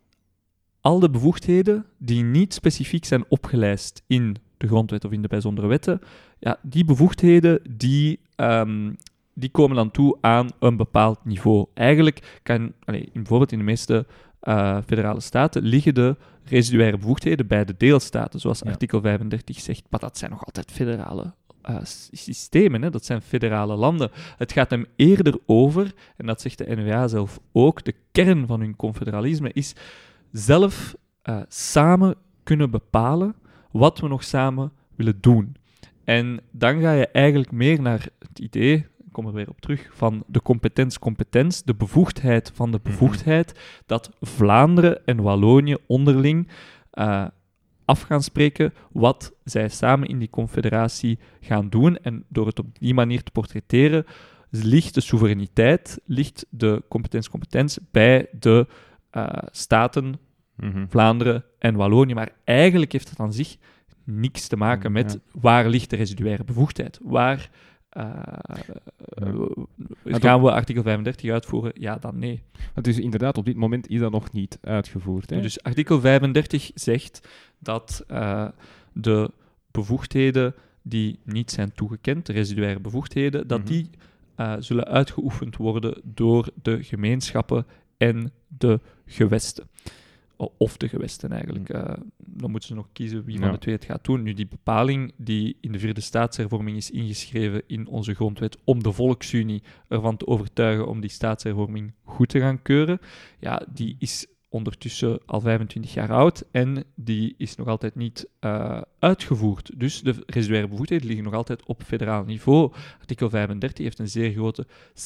[SPEAKER 3] al de bevoegdheden die niet specifiek zijn opgelijst in de grondwet of in de bijzondere wetten, ja, die bevoegdheden die, um, die komen dan toe aan een bepaald niveau. Eigenlijk kan, allez, in, bijvoorbeeld in de meeste uh, federale staten, liggen de residuaire bevoegdheden bij de deelstaten, zoals
[SPEAKER 1] ja.
[SPEAKER 3] artikel vijfendertig zegt. Maar dat zijn nog altijd federale uh, systemen, hè? Dat zijn federale landen. Het gaat hem eerder over, en dat zegt de N V A zelf ook, de kern van hun confederalisme is zelf uh, samen kunnen bepalen wat we nog samen willen doen. En dan ga je eigenlijk meer naar het idee, ik kom er weer op terug, van de competens-competens, de bevoegdheid van de bevoegdheid, dat Vlaanderen en Wallonië onderling uh, af gaan spreken wat zij samen in die confederatie gaan doen. En door het op die manier te portretteren, ligt de soevereiniteit, ligt de competens-competens bij de uh, staten Mm-hmm. Vlaanderen en Wallonië. Maar eigenlijk heeft het aan zich niks te maken met ja. waar ligt de residuaire bevoegdheid. Waar uh, ja. gaan we artikel vijfendertig uitvoeren? Ja, dan nee.
[SPEAKER 2] Dus inderdaad, op dit moment is dat nog niet uitgevoerd. Hè?
[SPEAKER 3] Dus artikel vijfendertig zegt dat uh, de bevoegdheden die niet zijn toegekend, de residuaire bevoegdheden, dat mm-hmm. die uh, zullen uitgeoefend worden door de gemeenschappen en de gewesten. Of de gewesten eigenlijk. Uh, dan moeten ze nog kiezen wie van ja. de twee het gaat doen. Nu, die bepaling die in de vierde staatshervorming is ingeschreven in onze grondwet om de volksunie ervan te overtuigen om die staatshervorming goed te gaan keuren, ja, die is ondertussen al vijfentwintig jaar oud en die is nog altijd niet uh, uitgevoerd. Dus de residuaire bevoegdheden liggen nog altijd op federaal niveau. Artikel vijfendertig heeft een zeer grote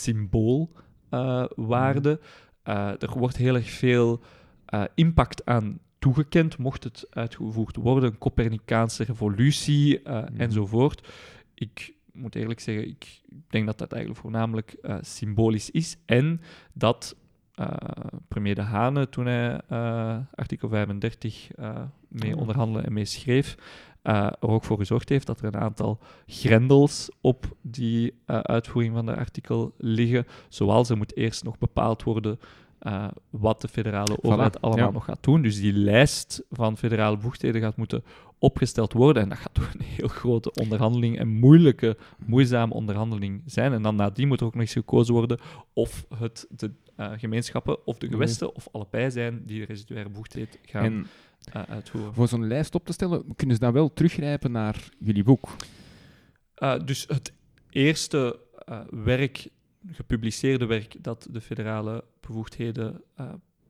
[SPEAKER 3] symboolwaarde. Uh, uh, er wordt heel erg veel Uh, impact aan toegekend, mocht het uitgevoerd worden, een Copernicaanse revolutie uh, mm. enzovoort. Ik moet eerlijk zeggen, ik denk dat dat eigenlijk voornamelijk uh, symbolisch is en dat uh, premier De Hane, toen hij uh, artikel vijfendertig uh, mee onderhandelde en mee schreef, uh, er ook voor gezorgd heeft dat er een aantal grendels op die uh, uitvoering van de artikel liggen, zoals er moet eerst nog bepaald worden Uh, wat de federale overheid voilà, allemaal ja. nog gaat doen. Dus die lijst van federale bevoegdheden gaat moeten opgesteld worden. En dat gaat toch een heel grote onderhandeling en moeilijke, moeizame onderhandeling zijn. En dan nadien moet er ook nog eens gekozen worden of het de uh, gemeenschappen of de gewesten mm. of allebei zijn die de residuaire bevoegdheid gaan en, uh, uitvoeren.
[SPEAKER 2] Voor zo'n lijst op te stellen, kunnen ze dan wel teruggrijpen naar jullie boek?
[SPEAKER 3] Uh, dus het eerste uh, werk, gepubliceerde werk, dat de federale bevoegdheden uh,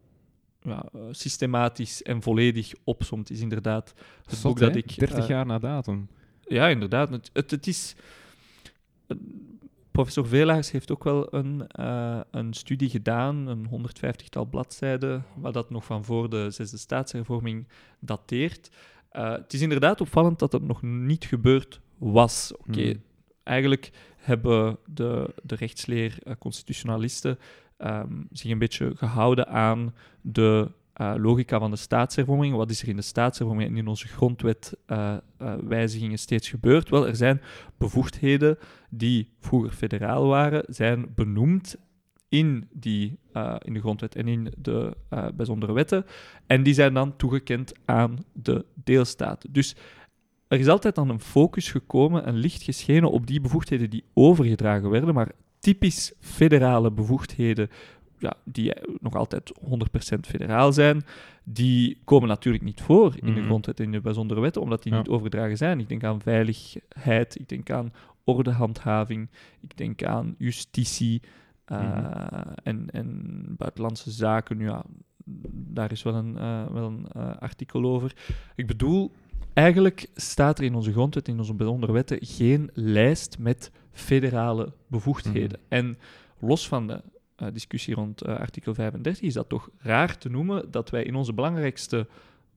[SPEAKER 3] ja, uh, systematisch en volledig opsomt, is inderdaad het
[SPEAKER 2] Zot,
[SPEAKER 3] boek dat
[SPEAKER 2] hè?
[SPEAKER 3] ik...
[SPEAKER 2] dertig
[SPEAKER 3] uh,
[SPEAKER 2] jaar na datum.
[SPEAKER 3] Ja, inderdaad. Het, het, het is... Uh, professor Velaars heeft ook wel een, uh, een studie gedaan, een honderdvijftigtal bladzijden, waar dat nog van voor de zesde staatshervorming dateert. Uh, het is inderdaad opvallend dat het nog niet gebeurd was. Oké, okay, hmm. eigenlijk hebben de, de rechtsleer uh, constitutionalisten um, zich een beetje gehouden aan de uh, logica van de staatshervorming. Wat is er in de staatshervorming en in onze grondwet uh, uh, wijzigingen steeds gebeurd? Wel, er zijn bevoegdheden die vroeger federaal waren, zijn benoemd in, die, uh, in de grondwet en in de uh, bijzondere wetten. En die zijn dan toegekend aan de deelstaten. Dus er is altijd dan een focus gekomen, een licht geschenen op die bevoegdheden die overgedragen werden, maar typisch federale bevoegdheden, ja, die nog altijd honderd procent federaal zijn, die komen natuurlijk niet voor in mm-hmm. de grondwet en in de bijzondere wetten, omdat die ja. niet overgedragen zijn. Ik denk aan veiligheid, ik denk aan ordehandhaving, ik denk aan justitie uh, mm-hmm. en, en buitenlandse zaken. Ja, daar is wel een, uh, wel een uh, artikel over. Ik bedoel, eigenlijk staat er in onze grondwet, in onze bijzondere wetten, geen lijst met federale bevoegdheden. Mm-hmm. En los van de uh, discussie rond uh, artikel vijfendertig is dat toch raar te noemen dat wij in onze belangrijkste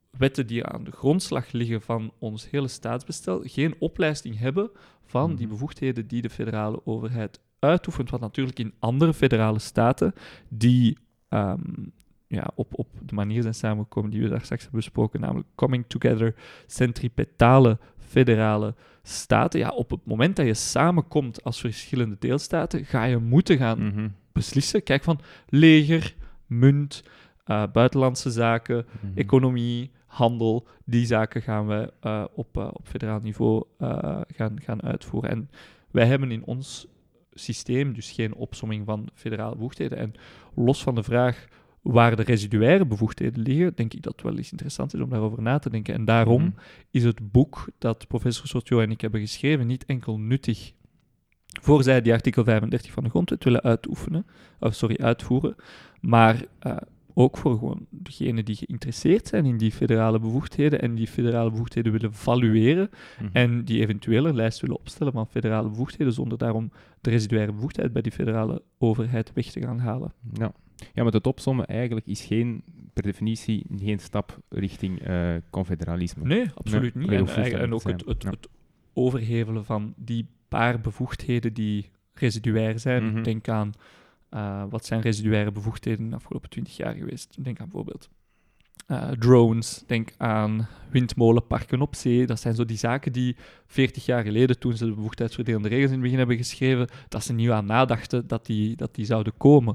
[SPEAKER 3] wetten die aan de grondslag liggen van ons hele staatsbestel, geen oplijsting hebben van die bevoegdheden die de federale overheid uitoefent. Want natuurlijk in andere federale staten die um, ja, op, op de manier zijn samengekomen die we daar straks hebben besproken, namelijk coming together, centripetale federale staten. Ja, op het moment dat je samenkomt als verschillende deelstaten, ga je moeten gaan
[SPEAKER 2] Mm-hmm.
[SPEAKER 3] beslissen. Kijk van leger, munt, uh, buitenlandse zaken,
[SPEAKER 2] Mm-hmm.
[SPEAKER 3] economie, handel. Die zaken gaan we uh, op, uh, op federaal niveau uh, gaan, gaan uitvoeren. En wij hebben in ons systeem dus geen opsomming van federale bevoegdheden. En los van de vraag waar de residuaire bevoegdheden liggen, denk ik dat het wel eens interessant is om daarover na te denken. En daarom
[SPEAKER 2] Mm-hmm.
[SPEAKER 3] is het boek dat professor Sotjo en ik hebben geschreven niet enkel nuttig voor zij die artikel vijfendertig van de grondwet willen uitoefenen, of sorry, uitvoeren, maar uh, ook voor gewoon degenen die geïnteresseerd zijn in die federale bevoegdheden en die federale bevoegdheden willen valueren
[SPEAKER 2] Mm-hmm.
[SPEAKER 3] en die eventueel een lijst willen opstellen van federale bevoegdheden zonder daarom de residuaire bevoegdheid bij die federale overheid weg te gaan halen.
[SPEAKER 2] Ja. ja, maar het opsommen eigenlijk is geen, per definitie geen stap richting uh, confederalisme.
[SPEAKER 3] Nee, absoluut
[SPEAKER 2] Nee,
[SPEAKER 3] niet.
[SPEAKER 2] nee,
[SPEAKER 3] En,
[SPEAKER 2] hoe voelt
[SPEAKER 3] en,
[SPEAKER 2] dat
[SPEAKER 3] en ook
[SPEAKER 2] zijn?
[SPEAKER 3] het, het,
[SPEAKER 2] Ja.
[SPEAKER 3] het overhevelen van die paar bevoegdheden die residuair zijn.
[SPEAKER 2] Mhm.
[SPEAKER 3] Denk aan, uh, wat zijn residuaire bevoegdheden de afgelopen twintig jaar geweest? Denk aan bijvoorbeeld uh, drones, denk aan windmolenparken op zee. Dat zijn zo die zaken die veertig jaar geleden, toen ze de bevoegdheidsverdelende regels in het begin hebben geschreven, dat ze niet aan nadachten dat die, dat die zouden komen.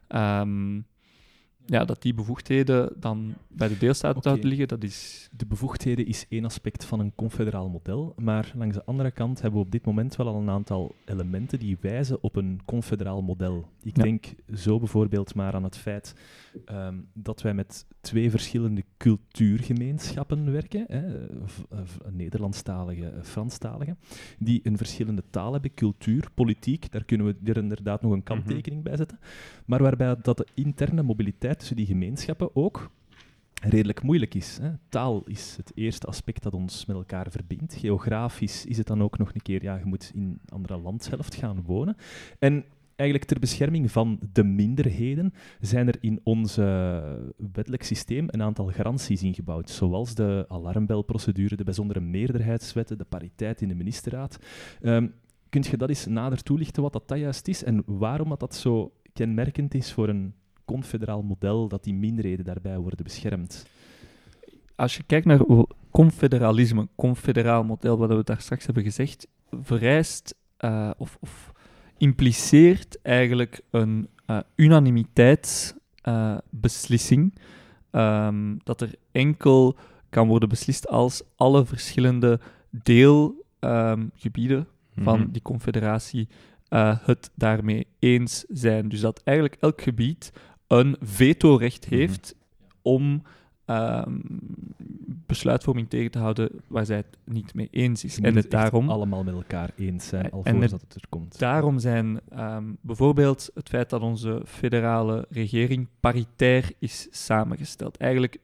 [SPEAKER 3] Um, ja, dat die bevoegdheden dan bij de deelstaten
[SPEAKER 1] Oké.
[SPEAKER 3] zouden liggen, dat is...
[SPEAKER 1] De bevoegdheden is één aspect van een confederaal model, maar langs de andere kant hebben we op dit moment wel al een aantal elementen die wijzen op een confederaal model. Ik
[SPEAKER 3] Ja.
[SPEAKER 1] denk zo bijvoorbeeld maar aan het feit um, dat wij met twee verschillende cultuurgemeenschappen werken, hè, v- v- een Nederlandstalige, een Franstalige, die een verschillende taal hebben, cultuur, politiek, daar kunnen we er inderdaad nog een kanttekening bij zetten, maar waarbij dat de interne mobiliteit tussen die gemeenschappen ook redelijk moeilijk is. Hè. Taal is het eerste aspect dat ons met elkaar verbindt. Geografisch is het dan ook nog een keer, ja, je moet in een andere landshelft gaan wonen. En eigenlijk ter bescherming van de minderheden zijn er in ons uh, wettelijk systeem een aantal garanties ingebouwd, zoals de alarmbelprocedure, de bijzondere meerderheidswetten, de pariteit in de ministerraad. Um, kunt je dat eens nader toelichten wat dat, dat juist is en waarom dat, dat zo kenmerkend is voor een confederaal model, dat die minderheden daarbij worden beschermd?
[SPEAKER 3] Als je kijkt naar confederalisme, confederaal model, wat we daar straks hebben gezegd, vereist uh, of, of impliceert eigenlijk een uh, unanimiteitsbeslissing, uh, um, dat er enkel kan worden beslist als alle verschillende deelgebieden um, van
[SPEAKER 2] Mhm.
[SPEAKER 3] die confederatie uh, het daarmee eens zijn. Dus dat eigenlijk elk gebied een vetorecht heeft
[SPEAKER 2] Mhm.
[SPEAKER 3] om um, besluitvorming tegen te houden waar zij het niet mee eens is.
[SPEAKER 1] Je
[SPEAKER 3] En
[SPEAKER 1] moet
[SPEAKER 3] het
[SPEAKER 1] echt
[SPEAKER 3] daarom,
[SPEAKER 1] allemaal met elkaar eens zijn,
[SPEAKER 3] En
[SPEAKER 1] alvorens
[SPEAKER 3] het-
[SPEAKER 1] dat het er komt.
[SPEAKER 3] daarom zijn um, bijvoorbeeld het feit dat onze federale regering paritair is samengesteld. Eigenlijk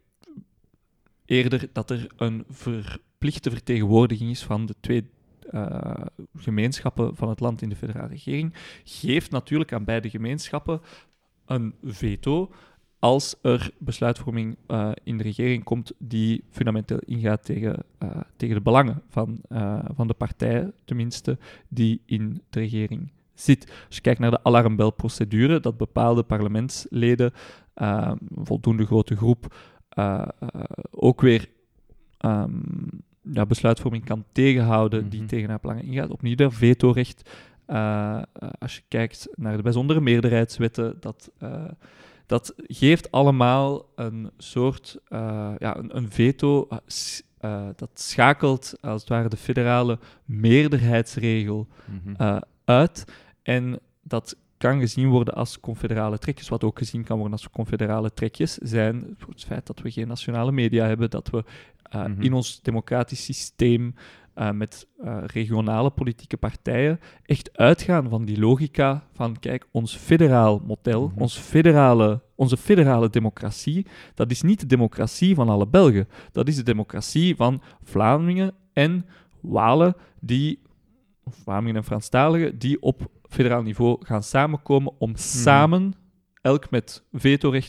[SPEAKER 3] eerder dat er een verplichte vertegenwoordiging is van de twee uh, gemeenschappen van het land in de federale regering, geeft natuurlijk aan beide gemeenschappen een veto als er besluitvorming uh, in de regering komt die fundamenteel ingaat tegen, uh, tegen de belangen van, uh, van de partij, tenminste, die in de regering zit. Als je kijkt naar de alarmbelprocedure, dat bepaalde parlementsleden, uh, een voldoende grote groep, uh, uh, ook weer um, ja, besluitvorming kan tegenhouden die
[SPEAKER 2] Mhm.
[SPEAKER 3] tegen haar belangen ingaat. Opnieuw dat vetorecht. Uh, uh, als je kijkt naar de bijzondere meerderheidswetten, dat, uh, dat geeft allemaal een soort uh, ja, een, een veto. Uh, s- uh, dat schakelt als het ware de federale meerderheidsregel
[SPEAKER 2] Mhm.
[SPEAKER 3] uh, uit. En dat kan gezien worden als confederale trekjes. Wat ook gezien kan worden als confederale trekjes zijn het feit dat we geen nationale media hebben, dat we uh,
[SPEAKER 2] Mhm.
[SPEAKER 3] in ons democratisch systeem uh, met uh, regionale politieke partijen echt uitgaan van die logica van, kijk, ons federaal model,
[SPEAKER 2] Mhm.
[SPEAKER 3] ons federale, onze federale democratie, dat is niet de democratie van alle Belgen. Dat is de democratie van Vlamingen en Walen, die, of Vlamingen en Franstaligen, die op federaal niveau gaan samenkomen om samen, elk met vetorechten,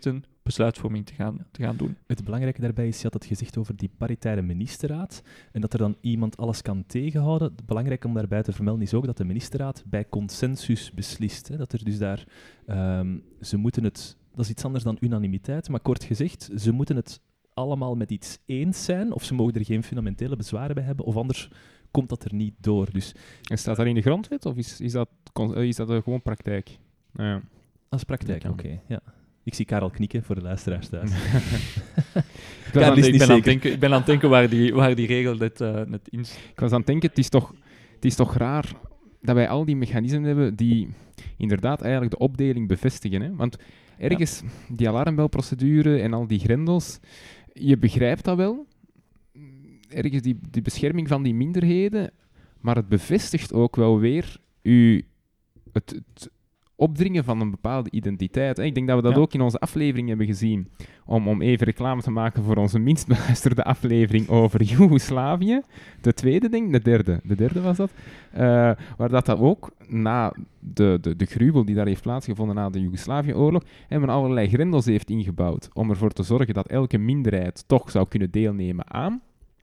[SPEAKER 3] besluitvorming te gaan, te gaan doen.
[SPEAKER 1] Het belangrijke daarbij is, je had het gezegd over die paritaire ministerraad en dat er dan iemand alles kan tegenhouden. Het belangrijke om daarbij te vermelden is ook dat de ministerraad bij consensus beslist. Hè. Dat er dus daar... Um, ze moeten het... Dat is iets anders dan unanimiteit, maar kort gezegd, ze moeten het allemaal met iets eens zijn, of ze mogen er geen fundamentele bezwaren bij hebben, of anders komt dat er niet door. Dus,
[SPEAKER 2] en staat dat in de grondwet, of is, is dat, is dat gewoon praktijk? Nou ja.
[SPEAKER 1] Als praktijk, oké. Okay, ja. Ik zie Karel knikken voor de luisteraars thuis.
[SPEAKER 3] ik, ben aan, ik, ben aan denken, ik ben aan het denken waar die, waar die regel net, uh, net in zit.
[SPEAKER 2] Ik was aan het denken, het is, toch, het is toch raar dat wij al die mechanismen hebben die inderdaad eigenlijk de opdeling bevestigen. Hè? Want ergens, ja. die alarmbelprocedure en al die grendels, je begrijpt dat wel. Ergens die, die bescherming van die minderheden, maar het bevestigt ook wel weer uw, het... het opdringen van een bepaalde identiteit. Ik denk dat we dat ja. ook in onze aflevering hebben gezien. Om, om even reclame te maken voor onze minst beluisterde aflevering over Joegoslavië. De tweede, denk ik. De derde. De derde was dat. Uh, waar dat, dat ook, na de, de, de gruwel die daar heeft plaatsgevonden na de Joegoslavië-oorlog, hebben we allerlei grendels heeft ingebouwd om ervoor te zorgen dat elke minderheid toch zou kunnen deelnemen aan.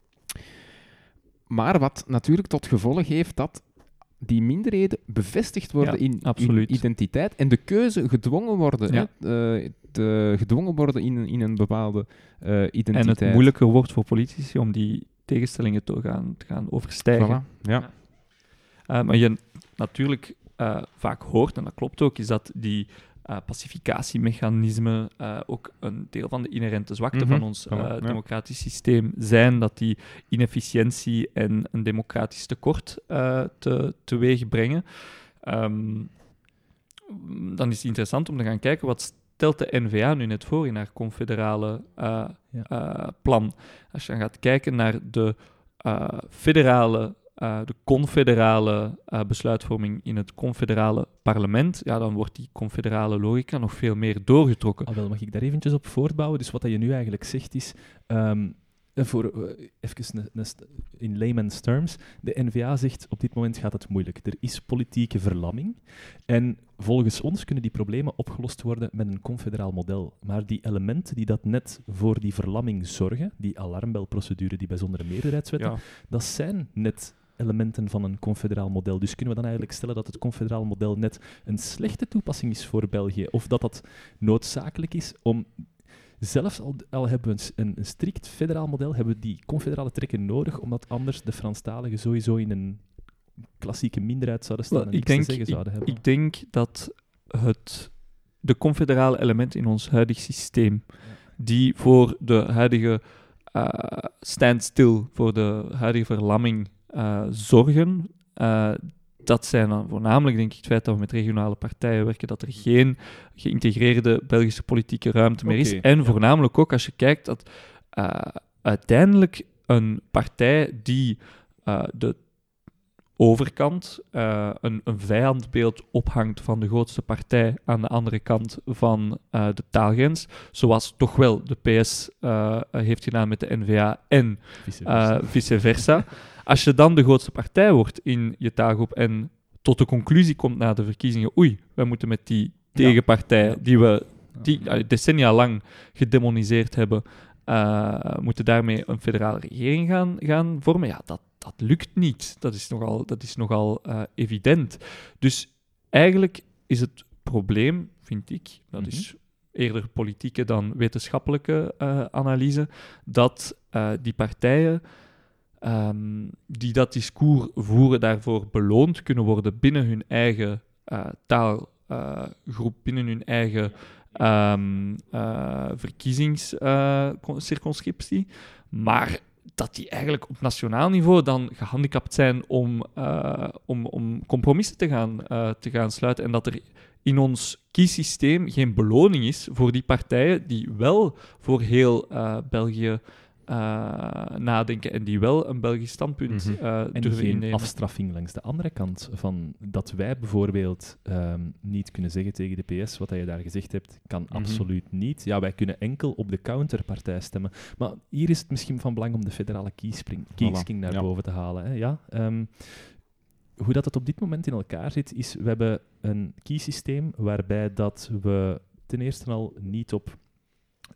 [SPEAKER 2] Maar wat natuurlijk tot gevolg heeft dat die minderheden bevestigd worden ja, in, in identiteit en de keuze gedwongen worden, ja. hè, uh, de, gedwongen worden in, in een bepaalde uh, identiteit.
[SPEAKER 3] En het moeilijker wordt voor politici om die tegenstellingen te gaan, te gaan overstijgen.
[SPEAKER 2] Voilà, ja.
[SPEAKER 3] Uh, maar je natuurlijk uh, vaak hoort, en dat klopt ook, is dat die uh, pacificatiemechanismen uh, ook een deel van de inherente zwakte mm-hmm. van ons uh, voilà, ja. democratisch systeem zijn, dat die inefficiëntie en een democratisch tekort uh, te, teweeg brengen. Um, dan is het interessant om te gaan kijken, wat stelt de N V A nu net voor in haar confederale uh, ja. uh, plan? Als je dan gaat kijken naar de uh, federale Uh, de confederale uh, besluitvorming in het confederale parlement, ja, dan wordt die confederale logica nog veel meer doorgetrokken.
[SPEAKER 1] Ah, wel, mag ik daar eventjes op voortbouwen? Dus wat dat je nu eigenlijk zegt is, um, voor, uh, even ne, ne, in layman's terms, de N V A zegt op dit moment gaat het moeilijk. Er is politieke verlamming en volgens ons kunnen die problemen opgelost worden met een confederaal model. Maar die elementen die dat net voor die verlamming zorgen, die alarmbelprocedure, die bijzondere meerderheidswetten, ja. dat zijn net elementen van een confederaal model. Dus kunnen we dan eigenlijk stellen dat het confederaal model net een slechte toepassing is voor België, of dat dat noodzakelijk is om, zelfs al, al hebben we een, een strikt federaal model, hebben we die confederale trekken nodig, omdat anders de Franstaligen sowieso in een klassieke minderheid zouden staan en niks te zeggen zouden
[SPEAKER 3] ik,
[SPEAKER 1] hebben.
[SPEAKER 3] Ik denk dat het, de confederale elementen in ons huidig systeem, ja. die voor de huidige uh, standstill, voor de huidige verlamming Uh, zorgen, uh, dat zijn dan voornamelijk, denk ik, het feit dat we met regionale partijen werken, dat er geen geïntegreerde Belgische politieke ruimte meer is. Okay, en ja. voornamelijk ook als je kijkt dat uh, uiteindelijk een partij die uh, de overkant uh, een, een vijandbeeld ophangt van de grootste partij aan de andere kant van uh, de taalgrens, zoals toch wel de P S uh, heeft gedaan met de N V A en vice versa. Uh, vice versa. Als je dan de grootste partij wordt in je taalgroep en tot de conclusie komt na de verkiezingen, oei, wij moeten met die tegenpartij, ja. die we die, uh, decennia lang gedemoniseerd hebben, uh, moeten daarmee een federale regering gaan, gaan vormen, ja, dat, dat lukt niet. Dat is nogal, dat is nogal uh, evident. Dus eigenlijk is het probleem, vind ik, dat mm-hmm. is eerder politieke dan wetenschappelijke uh, analyse, dat uh, die partijen Um, die dat discours voeren, daarvoor beloond kunnen worden binnen hun eigen uh, taalgroep, uh, binnen hun eigen um, uh, verkiezingscirconscriptie, uh, maar dat die eigenlijk op nationaal niveau dan gehandicapt zijn om, uh, om, om compromissen te gaan, uh, te gaan sluiten en dat er in ons kiesysteem geen beloning is voor die partijen die wel voor heel uh, België Uh, nadenken en die wel een Belgisch standpunt uh,
[SPEAKER 1] mm-hmm. en
[SPEAKER 3] durven
[SPEAKER 1] geen
[SPEAKER 3] innemen.
[SPEAKER 1] Afstraffing langs de andere kant van dat wij bijvoorbeeld um, niet kunnen zeggen tegen de P S wat je daar gezegd hebt, kan mm-hmm. absoluut niet. Ja, wij kunnen enkel op de counterpartij stemmen. Maar hier is het misschien van belang om de federale kiespring, kiesking
[SPEAKER 2] voilà.
[SPEAKER 1] naar
[SPEAKER 2] ja.
[SPEAKER 1] boven te halen. Hè? Ja, um, hoe dat het op dit moment in elkaar zit, is we hebben een kiesysteem waarbij dat we ten eerste al niet op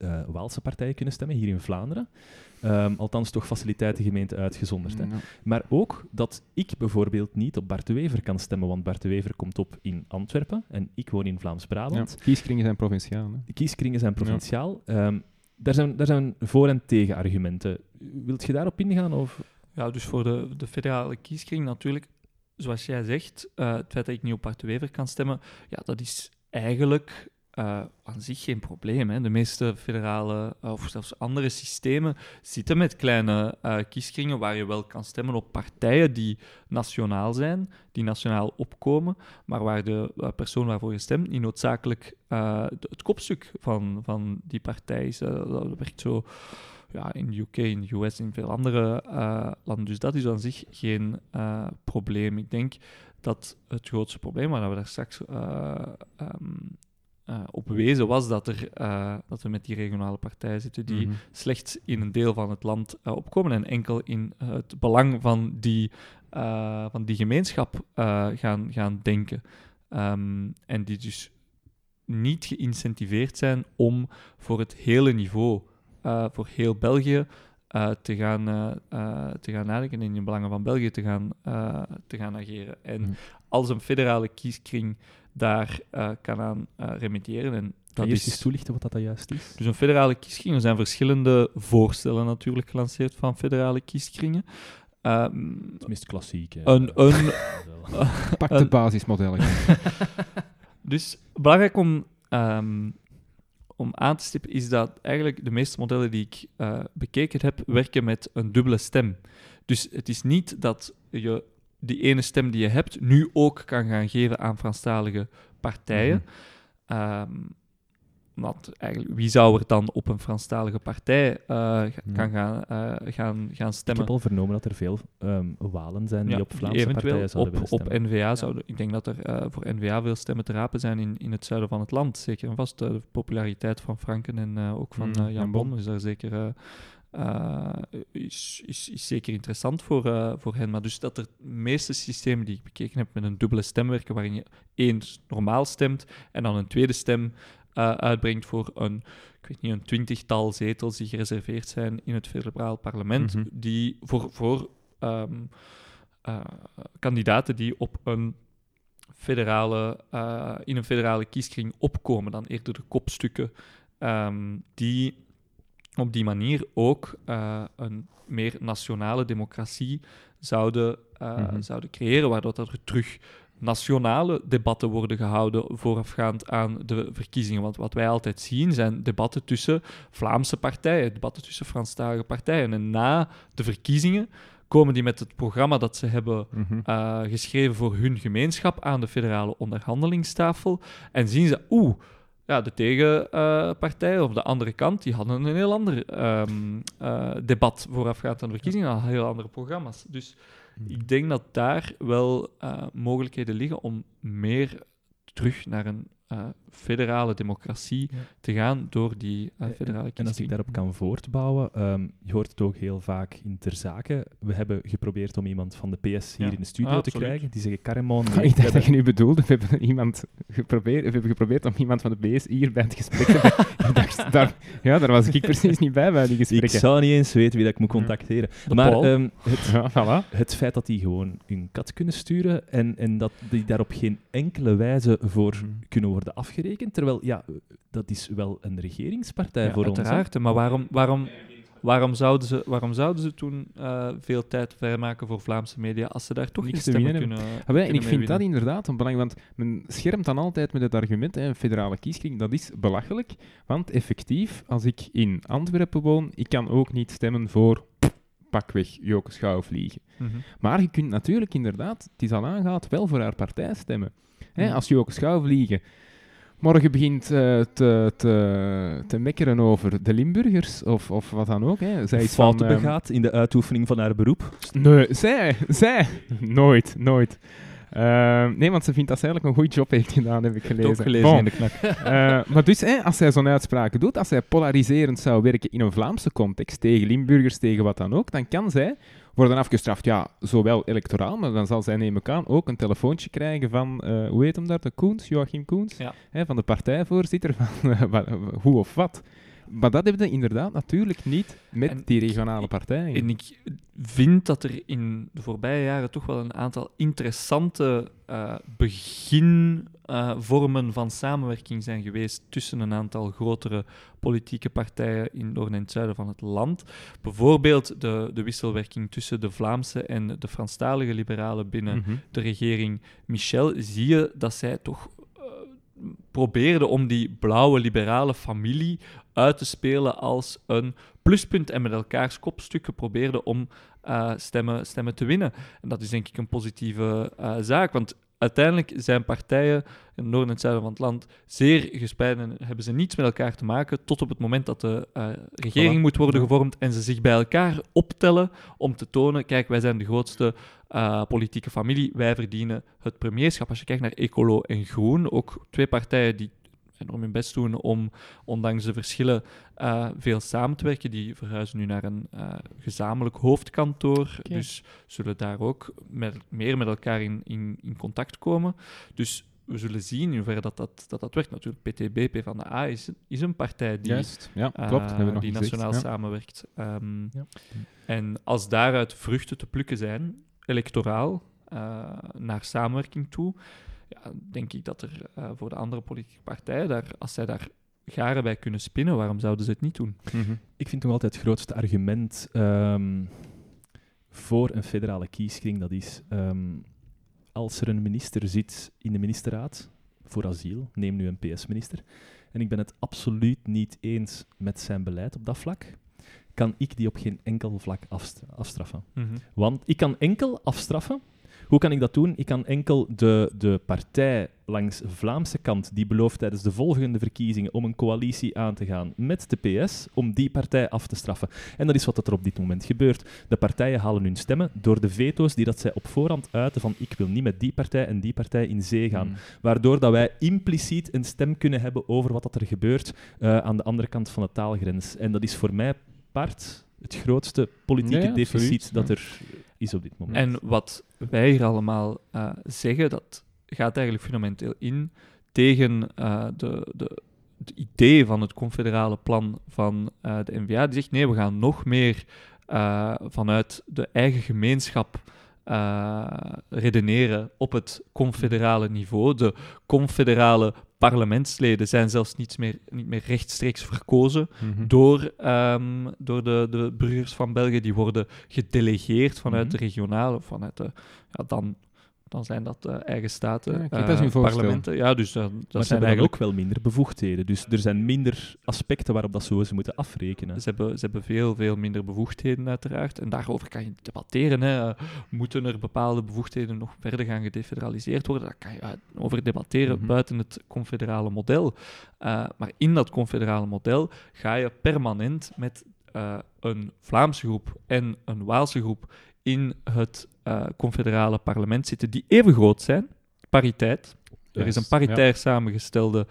[SPEAKER 1] uh, Waalse partijen kunnen stemmen, hier in Vlaanderen. Um, althans, toch faciliteitengemeente uitgezonderd. Hè.
[SPEAKER 2] Ja.
[SPEAKER 1] Maar ook dat ik bijvoorbeeld niet op Bart de Wever kan stemmen, want Bart de Wever komt op in Antwerpen en ik woon in Vlaams-Brabant.
[SPEAKER 2] Ja. Kieskringen zijn provinciaal. Hè?
[SPEAKER 1] De kieskringen zijn provinciaal. Ja. Um, daar, zijn, daar zijn voor- en tegenargumenten. Wilt je daarop ingaan? Of?
[SPEAKER 3] Ja, dus voor de, de federale kieskring natuurlijk, zoals jij zegt, uh, het feit dat ik niet op Bart de Wever kan stemmen, ja, dat is eigenlijk uh, aan zich geen probleem. Hè. De meeste federale uh, of zelfs andere systemen zitten met kleine uh, kieskringen waar je wel kan stemmen op partijen die nationaal zijn, die nationaal opkomen, maar waar de uh, persoon waarvoor je stemt niet noodzakelijk uh, de, het kopstuk van, van die partij is. Uh, dat werkt zo... Ja, in de U K, in de U S, in veel andere uh, landen. Dus dat is aan zich geen uh, probleem. Ik denk dat het grootste probleem waar we daar straks uh, um, uh, op wezen was dat, er, uh, dat we met die regionale partijen zitten die
[SPEAKER 2] Mm-hmm.
[SPEAKER 3] slechts in een deel van het land uh, opkomen en enkel in uh, het belang van die, uh, van die gemeenschap uh, gaan, gaan denken. Um, en die dus niet geïncentiveerd zijn om voor het hele niveau Uh, voor heel België uh, te, gaan, uh, uh, te gaan nadenken en in de belangen van België te gaan, uh, te gaan ageren. En
[SPEAKER 1] Mm.
[SPEAKER 3] als een federale kieskring daar uh, kan aan uh, remediëren... En
[SPEAKER 1] Kan
[SPEAKER 3] dat
[SPEAKER 1] je eerst
[SPEAKER 3] is
[SPEAKER 1] eens toelichten wat dat juist is?
[SPEAKER 3] dus een federale kieskring, er zijn verschillende voorstellen natuurlijk gelanceerd van federale kieskringen. Um,
[SPEAKER 1] Het is meest klassiek. Hè.
[SPEAKER 3] een, een,
[SPEAKER 2] Pak de
[SPEAKER 3] een-
[SPEAKER 2] basismodellen.
[SPEAKER 3] Dus belangrijk om, um, om aan te stippen is dat eigenlijk de meeste modellen die ik uh, bekeken heb, werken met een dubbele stem. Dus het is niet dat je die ene stem die je hebt nu ook kan gaan geven aan Franstalige partijen.
[SPEAKER 2] Mhm.
[SPEAKER 3] Um, want eigenlijk, wie zou er dan op een Franstalige partij uh, ga- kan gaan, uh, gaan, gaan
[SPEAKER 1] Ik
[SPEAKER 3] stemmen?
[SPEAKER 1] heb al vernomen dat er veel um, Walen zijn die
[SPEAKER 3] Ja,
[SPEAKER 1] op
[SPEAKER 3] die
[SPEAKER 1] Vlaamse
[SPEAKER 3] eventueel
[SPEAKER 1] partijen zouden
[SPEAKER 3] op,
[SPEAKER 1] willen
[SPEAKER 3] op
[SPEAKER 1] stemmen.
[SPEAKER 3] N V A zouden. Ik denk dat er uh, voor N V A veel stemmen te rapen zijn in, in het zuiden van het land. Zeker en vast uh, de populariteit van Franken en uh, ook van
[SPEAKER 2] Mm,
[SPEAKER 3] uh, Jan
[SPEAKER 2] Jan
[SPEAKER 3] Bon
[SPEAKER 2] Bon.
[SPEAKER 3] is daar zeker, uh, uh, is, is, is zeker interessant voor, uh, voor hen. Maar dus dat er de meeste systemen die ik bekeken heb met een dubbele stem werken, waarin je één normaal stemt en dan een tweede stem uh, uitbrengt voor een, ik weet niet, een twintigtal zetels die gereserveerd zijn in het federaal parlement,
[SPEAKER 2] Mhm.
[SPEAKER 3] die voor, voor um, uh, kandidaten die op een federale, uh, in een federale kieskring opkomen, dan eerder de kopstukken, um, die op die manier ook uh, een meer nationale democratie zouden, uh,
[SPEAKER 2] Mhm.
[SPEAKER 3] zouden creëren, waardoor dat er terug nationale debatten worden gehouden voorafgaand aan de verkiezingen. Want wat wij altijd zien zijn debatten tussen Vlaamse partijen, debatten tussen Franstalige partijen. En na de verkiezingen komen die met het programma dat ze hebben
[SPEAKER 2] Mhm.
[SPEAKER 3] uh, geschreven voor hun gemeenschap aan de federale onderhandelingstafel. En zien ze, oeh, ja, de tegenpartij of de andere kant, die hadden een heel ander um, uh, debat voorafgaand aan de verkiezingen, al heel andere programma's. Dus ik denk dat daar wel uh, mogelijkheden liggen om meer terug naar een uh, federale democratie
[SPEAKER 1] Ja.
[SPEAKER 3] te gaan door die uh, federale
[SPEAKER 1] En als ik
[SPEAKER 3] kieskring.
[SPEAKER 1] daarop kan voortbouwen, um, je hoort het ook heel vaak in ter zake. We hebben geprobeerd om iemand van de P S hier
[SPEAKER 3] Ja.
[SPEAKER 1] in de studio
[SPEAKER 3] Ah,
[SPEAKER 1] te
[SPEAKER 3] absoluut.
[SPEAKER 1] krijgen. Die zeggen, Karemon...
[SPEAKER 2] Ah,
[SPEAKER 1] nee,
[SPEAKER 2] ik
[SPEAKER 1] we
[SPEAKER 2] dacht dat
[SPEAKER 1] hebben-
[SPEAKER 2] je nu bedoelde, we hebben iemand geprobeerd, we hebben geprobeerd om iemand van de B S hier bij het gesprek te brengen. Ik dacht, daar, ja, daar was ik precies niet bij bij die
[SPEAKER 1] Ik
[SPEAKER 2] gesprekken.
[SPEAKER 1] zou niet eens weten wie dat ik moet contacteren.
[SPEAKER 3] De
[SPEAKER 1] maar
[SPEAKER 3] Paul.
[SPEAKER 1] um, het,
[SPEAKER 2] Ja, voilà.
[SPEAKER 1] het feit dat die gewoon hun kat kunnen sturen en, en dat die daar op geen enkele wijze voor
[SPEAKER 2] Mhm.
[SPEAKER 1] kunnen worden afgerekend, terwijl, ja, dat is wel een regeringspartij
[SPEAKER 3] Ja,
[SPEAKER 1] voor ons. hè.
[SPEAKER 3] uiteraard. Maar waarom, waarom, waarom, zouden ze, waarom zouden ze toen uh, veel tijd vrijmaken voor Vlaamse media als ze daar toch
[SPEAKER 2] Niks
[SPEAKER 3] geen
[SPEAKER 2] te
[SPEAKER 3] stemmen
[SPEAKER 2] winnen
[SPEAKER 3] kunnen,
[SPEAKER 2] Ah, wel, en
[SPEAKER 3] kunnen
[SPEAKER 2] ik vind dat
[SPEAKER 3] meewinnen?
[SPEAKER 2] inderdaad een belang, want men schermt dan altijd met het argument, hè, een federale kieskring, dat is belachelijk, want effectief, als ik in Antwerpen woon, ik kan ook niet stemmen voor pakweg Joke Schouwvliegen.
[SPEAKER 3] Mhm.
[SPEAKER 2] Maar je kunt natuurlijk inderdaad, het is al aangehaald, wel voor haar partij stemmen. Hè,
[SPEAKER 3] Mhm.
[SPEAKER 2] als Joke Schouwvliegen morgen begint uh, te, te, te mekkeren over de Limburgers, of, of wat dan ook. Hè. Zij is
[SPEAKER 1] Fouten
[SPEAKER 2] van, ehm,
[SPEAKER 1] begaat in de uitoefening van haar beroep.
[SPEAKER 2] Nee, zij, zij. Nooit, nooit. Ehm, nee, want ze vindt dat ze eigenlijk een goede job heeft gedaan, heb ik gelezen.
[SPEAKER 3] Ook gelezen
[SPEAKER 2] Bon.
[SPEAKER 3] in de knak.
[SPEAKER 2] Eh, maar dus, hè, als zij zo'n uitspraken doet, als zij polariserend zou werken in een Vlaamse context, tegen Limburgers, tegen wat dan ook, dan kan zij worden afgestraft. Ja, zowel electoraal, maar dan zal zij, neem ik aan, ook een telefoontje krijgen van, eh, hoe heet hem dat, de Koens, Joachim Koens,
[SPEAKER 3] Ja.
[SPEAKER 2] hè, van de partijvoorzitter, van eh, wat- hoe of wat. Maar dat hebben we inderdaad natuurlijk niet met
[SPEAKER 3] En
[SPEAKER 2] die regionale partijen.
[SPEAKER 3] En ik vind dat er in de voorbije jaren toch wel een aantal interessante uh, beginvormen uh, van samenwerking zijn geweest tussen een aantal grotere politieke partijen in het noorden en het zuiden van het land. Bijvoorbeeld de, de wisselwerking tussen de Vlaamse en de Franstalige liberalen binnen
[SPEAKER 2] Mhm.
[SPEAKER 3] de regering Michel. Zie je dat zij toch uh, probeerden om die blauwe liberale familie uit te spelen als een pluspunt en met elkaars kopstukken probeerden om uh, stemmen, stemmen te winnen. En dat is denk ik een positieve uh, zaak, want uiteindelijk zijn partijen in het noorden en het zuiden van het land zeer gespreid en hebben ze niets met elkaar te maken tot op het moment dat de uh, regering
[SPEAKER 2] Voilà.
[SPEAKER 3] moet worden
[SPEAKER 2] Ja.
[SPEAKER 3] gevormd en ze zich bij elkaar optellen om te tonen, kijk, wij zijn de grootste uh, politieke familie, wij verdienen het premierschap. Als je kijkt naar Ecolo en Groen, ook twee partijen die enorm hun best doen om, ondanks de verschillen, uh, veel samen te werken. Die verhuizen nu naar een uh, gezamenlijk hoofdkantoor,
[SPEAKER 2] Okay.
[SPEAKER 3] dus zullen daar ook met, meer met elkaar in, in, in contact komen. Dus we zullen zien in hoeverre dat dat, dat, dat werkt. Natuurlijk, P T B, PvdA, is, is een partij die,
[SPEAKER 2] Juist, ja,
[SPEAKER 3] uh,
[SPEAKER 2] klopt. Hebben we nog
[SPEAKER 3] die
[SPEAKER 2] gezegd,
[SPEAKER 3] nationaal
[SPEAKER 2] ja.
[SPEAKER 3] samenwerkt. Um,
[SPEAKER 1] Ja.
[SPEAKER 3] En als daaruit vruchten te plukken zijn, electoraal, uh, naar samenwerking toe, ja, denk ik dat er uh, voor de andere politieke partijen, daar, als zij daar garen bij kunnen spinnen, waarom zouden ze het niet doen?
[SPEAKER 2] Mhm.
[SPEAKER 1] Ik vind nog altijd het grootste argument um, voor een federale kieskring, dat is um, als er een minister zit in de ministerraad voor asiel, neem nu een P S-minister, en ik ben het absoluut niet eens met zijn beleid op dat vlak, kan ik die op geen enkel vlak afst- afstraffen.
[SPEAKER 3] Mm-hmm.
[SPEAKER 1] Want ik kan enkel afstraffen. Hoe kan ik dat doen? Ik kan enkel de, de partij langs de Vlaamse kant die belooft tijdens de volgende verkiezingen om een coalitie aan te gaan met de P S, om die partij af te straffen. En dat is wat er op dit moment gebeurt. De partijen halen hun stemmen door de veto's die dat zij op voorhand uiten van ik wil niet met die partij en die partij in zee gaan.
[SPEAKER 2] Mm.
[SPEAKER 1] Waardoor dat wij impliciet een stem kunnen hebben over wat dat er gebeurt uh, aan de andere kant van de taalgrens. En dat is voor mij part het grootste politieke
[SPEAKER 2] Ja, ja,
[SPEAKER 1] deficit
[SPEAKER 2] absoluut,
[SPEAKER 1] dat
[SPEAKER 2] ja.
[SPEAKER 1] er is op dit moment.
[SPEAKER 3] En wat wij hier allemaal uh, zeggen, dat gaat eigenlijk fundamenteel in tegen uh, de, de, het idee van het confederale plan van uh, de N V A. Die zegt, nee, we gaan nog meer uh, vanuit de eigen gemeenschap uh, redeneren op het confederale niveau. De confederale parlementsleden zijn zelfs niet meer, niet meer rechtstreeks verkozen
[SPEAKER 2] Mhm.
[SPEAKER 3] door, um, door de, de burgers van België. Die worden gedelegeerd vanuit
[SPEAKER 1] Mhm.
[SPEAKER 3] de regionale, vanuit de, ja, dan, dan zijn dat uh, eigen staten,
[SPEAKER 2] Ja, kijk,
[SPEAKER 3] uh,
[SPEAKER 2] dat is een voorstel.
[SPEAKER 3] parlementen. Ja, dus uh, dat
[SPEAKER 1] maar ze
[SPEAKER 3] zijn
[SPEAKER 1] hebben dan
[SPEAKER 3] eigenlijk
[SPEAKER 1] ook wel minder bevoegdheden. Dus er zijn minder aspecten waarop dat ze ze moeten afrekenen.
[SPEAKER 3] Ze hebben, ze hebben veel, veel minder bevoegdheden, uiteraard. En daarover kan je debatteren. Hè. Uh, moeten er bepaalde bevoegdheden nog verder gaan gedefederaliseerd worden? Daar kan je uh, over debatteren
[SPEAKER 2] Mhm.
[SPEAKER 3] buiten het confederale model. Uh, maar in dat confederale model ga je permanent met uh, een Vlaamse groep en een Waalse groep in het uh, confederale parlement zitten, die even groot zijn. Pariteit. Er is een
[SPEAKER 2] Juist,
[SPEAKER 3] paritair samengestelde,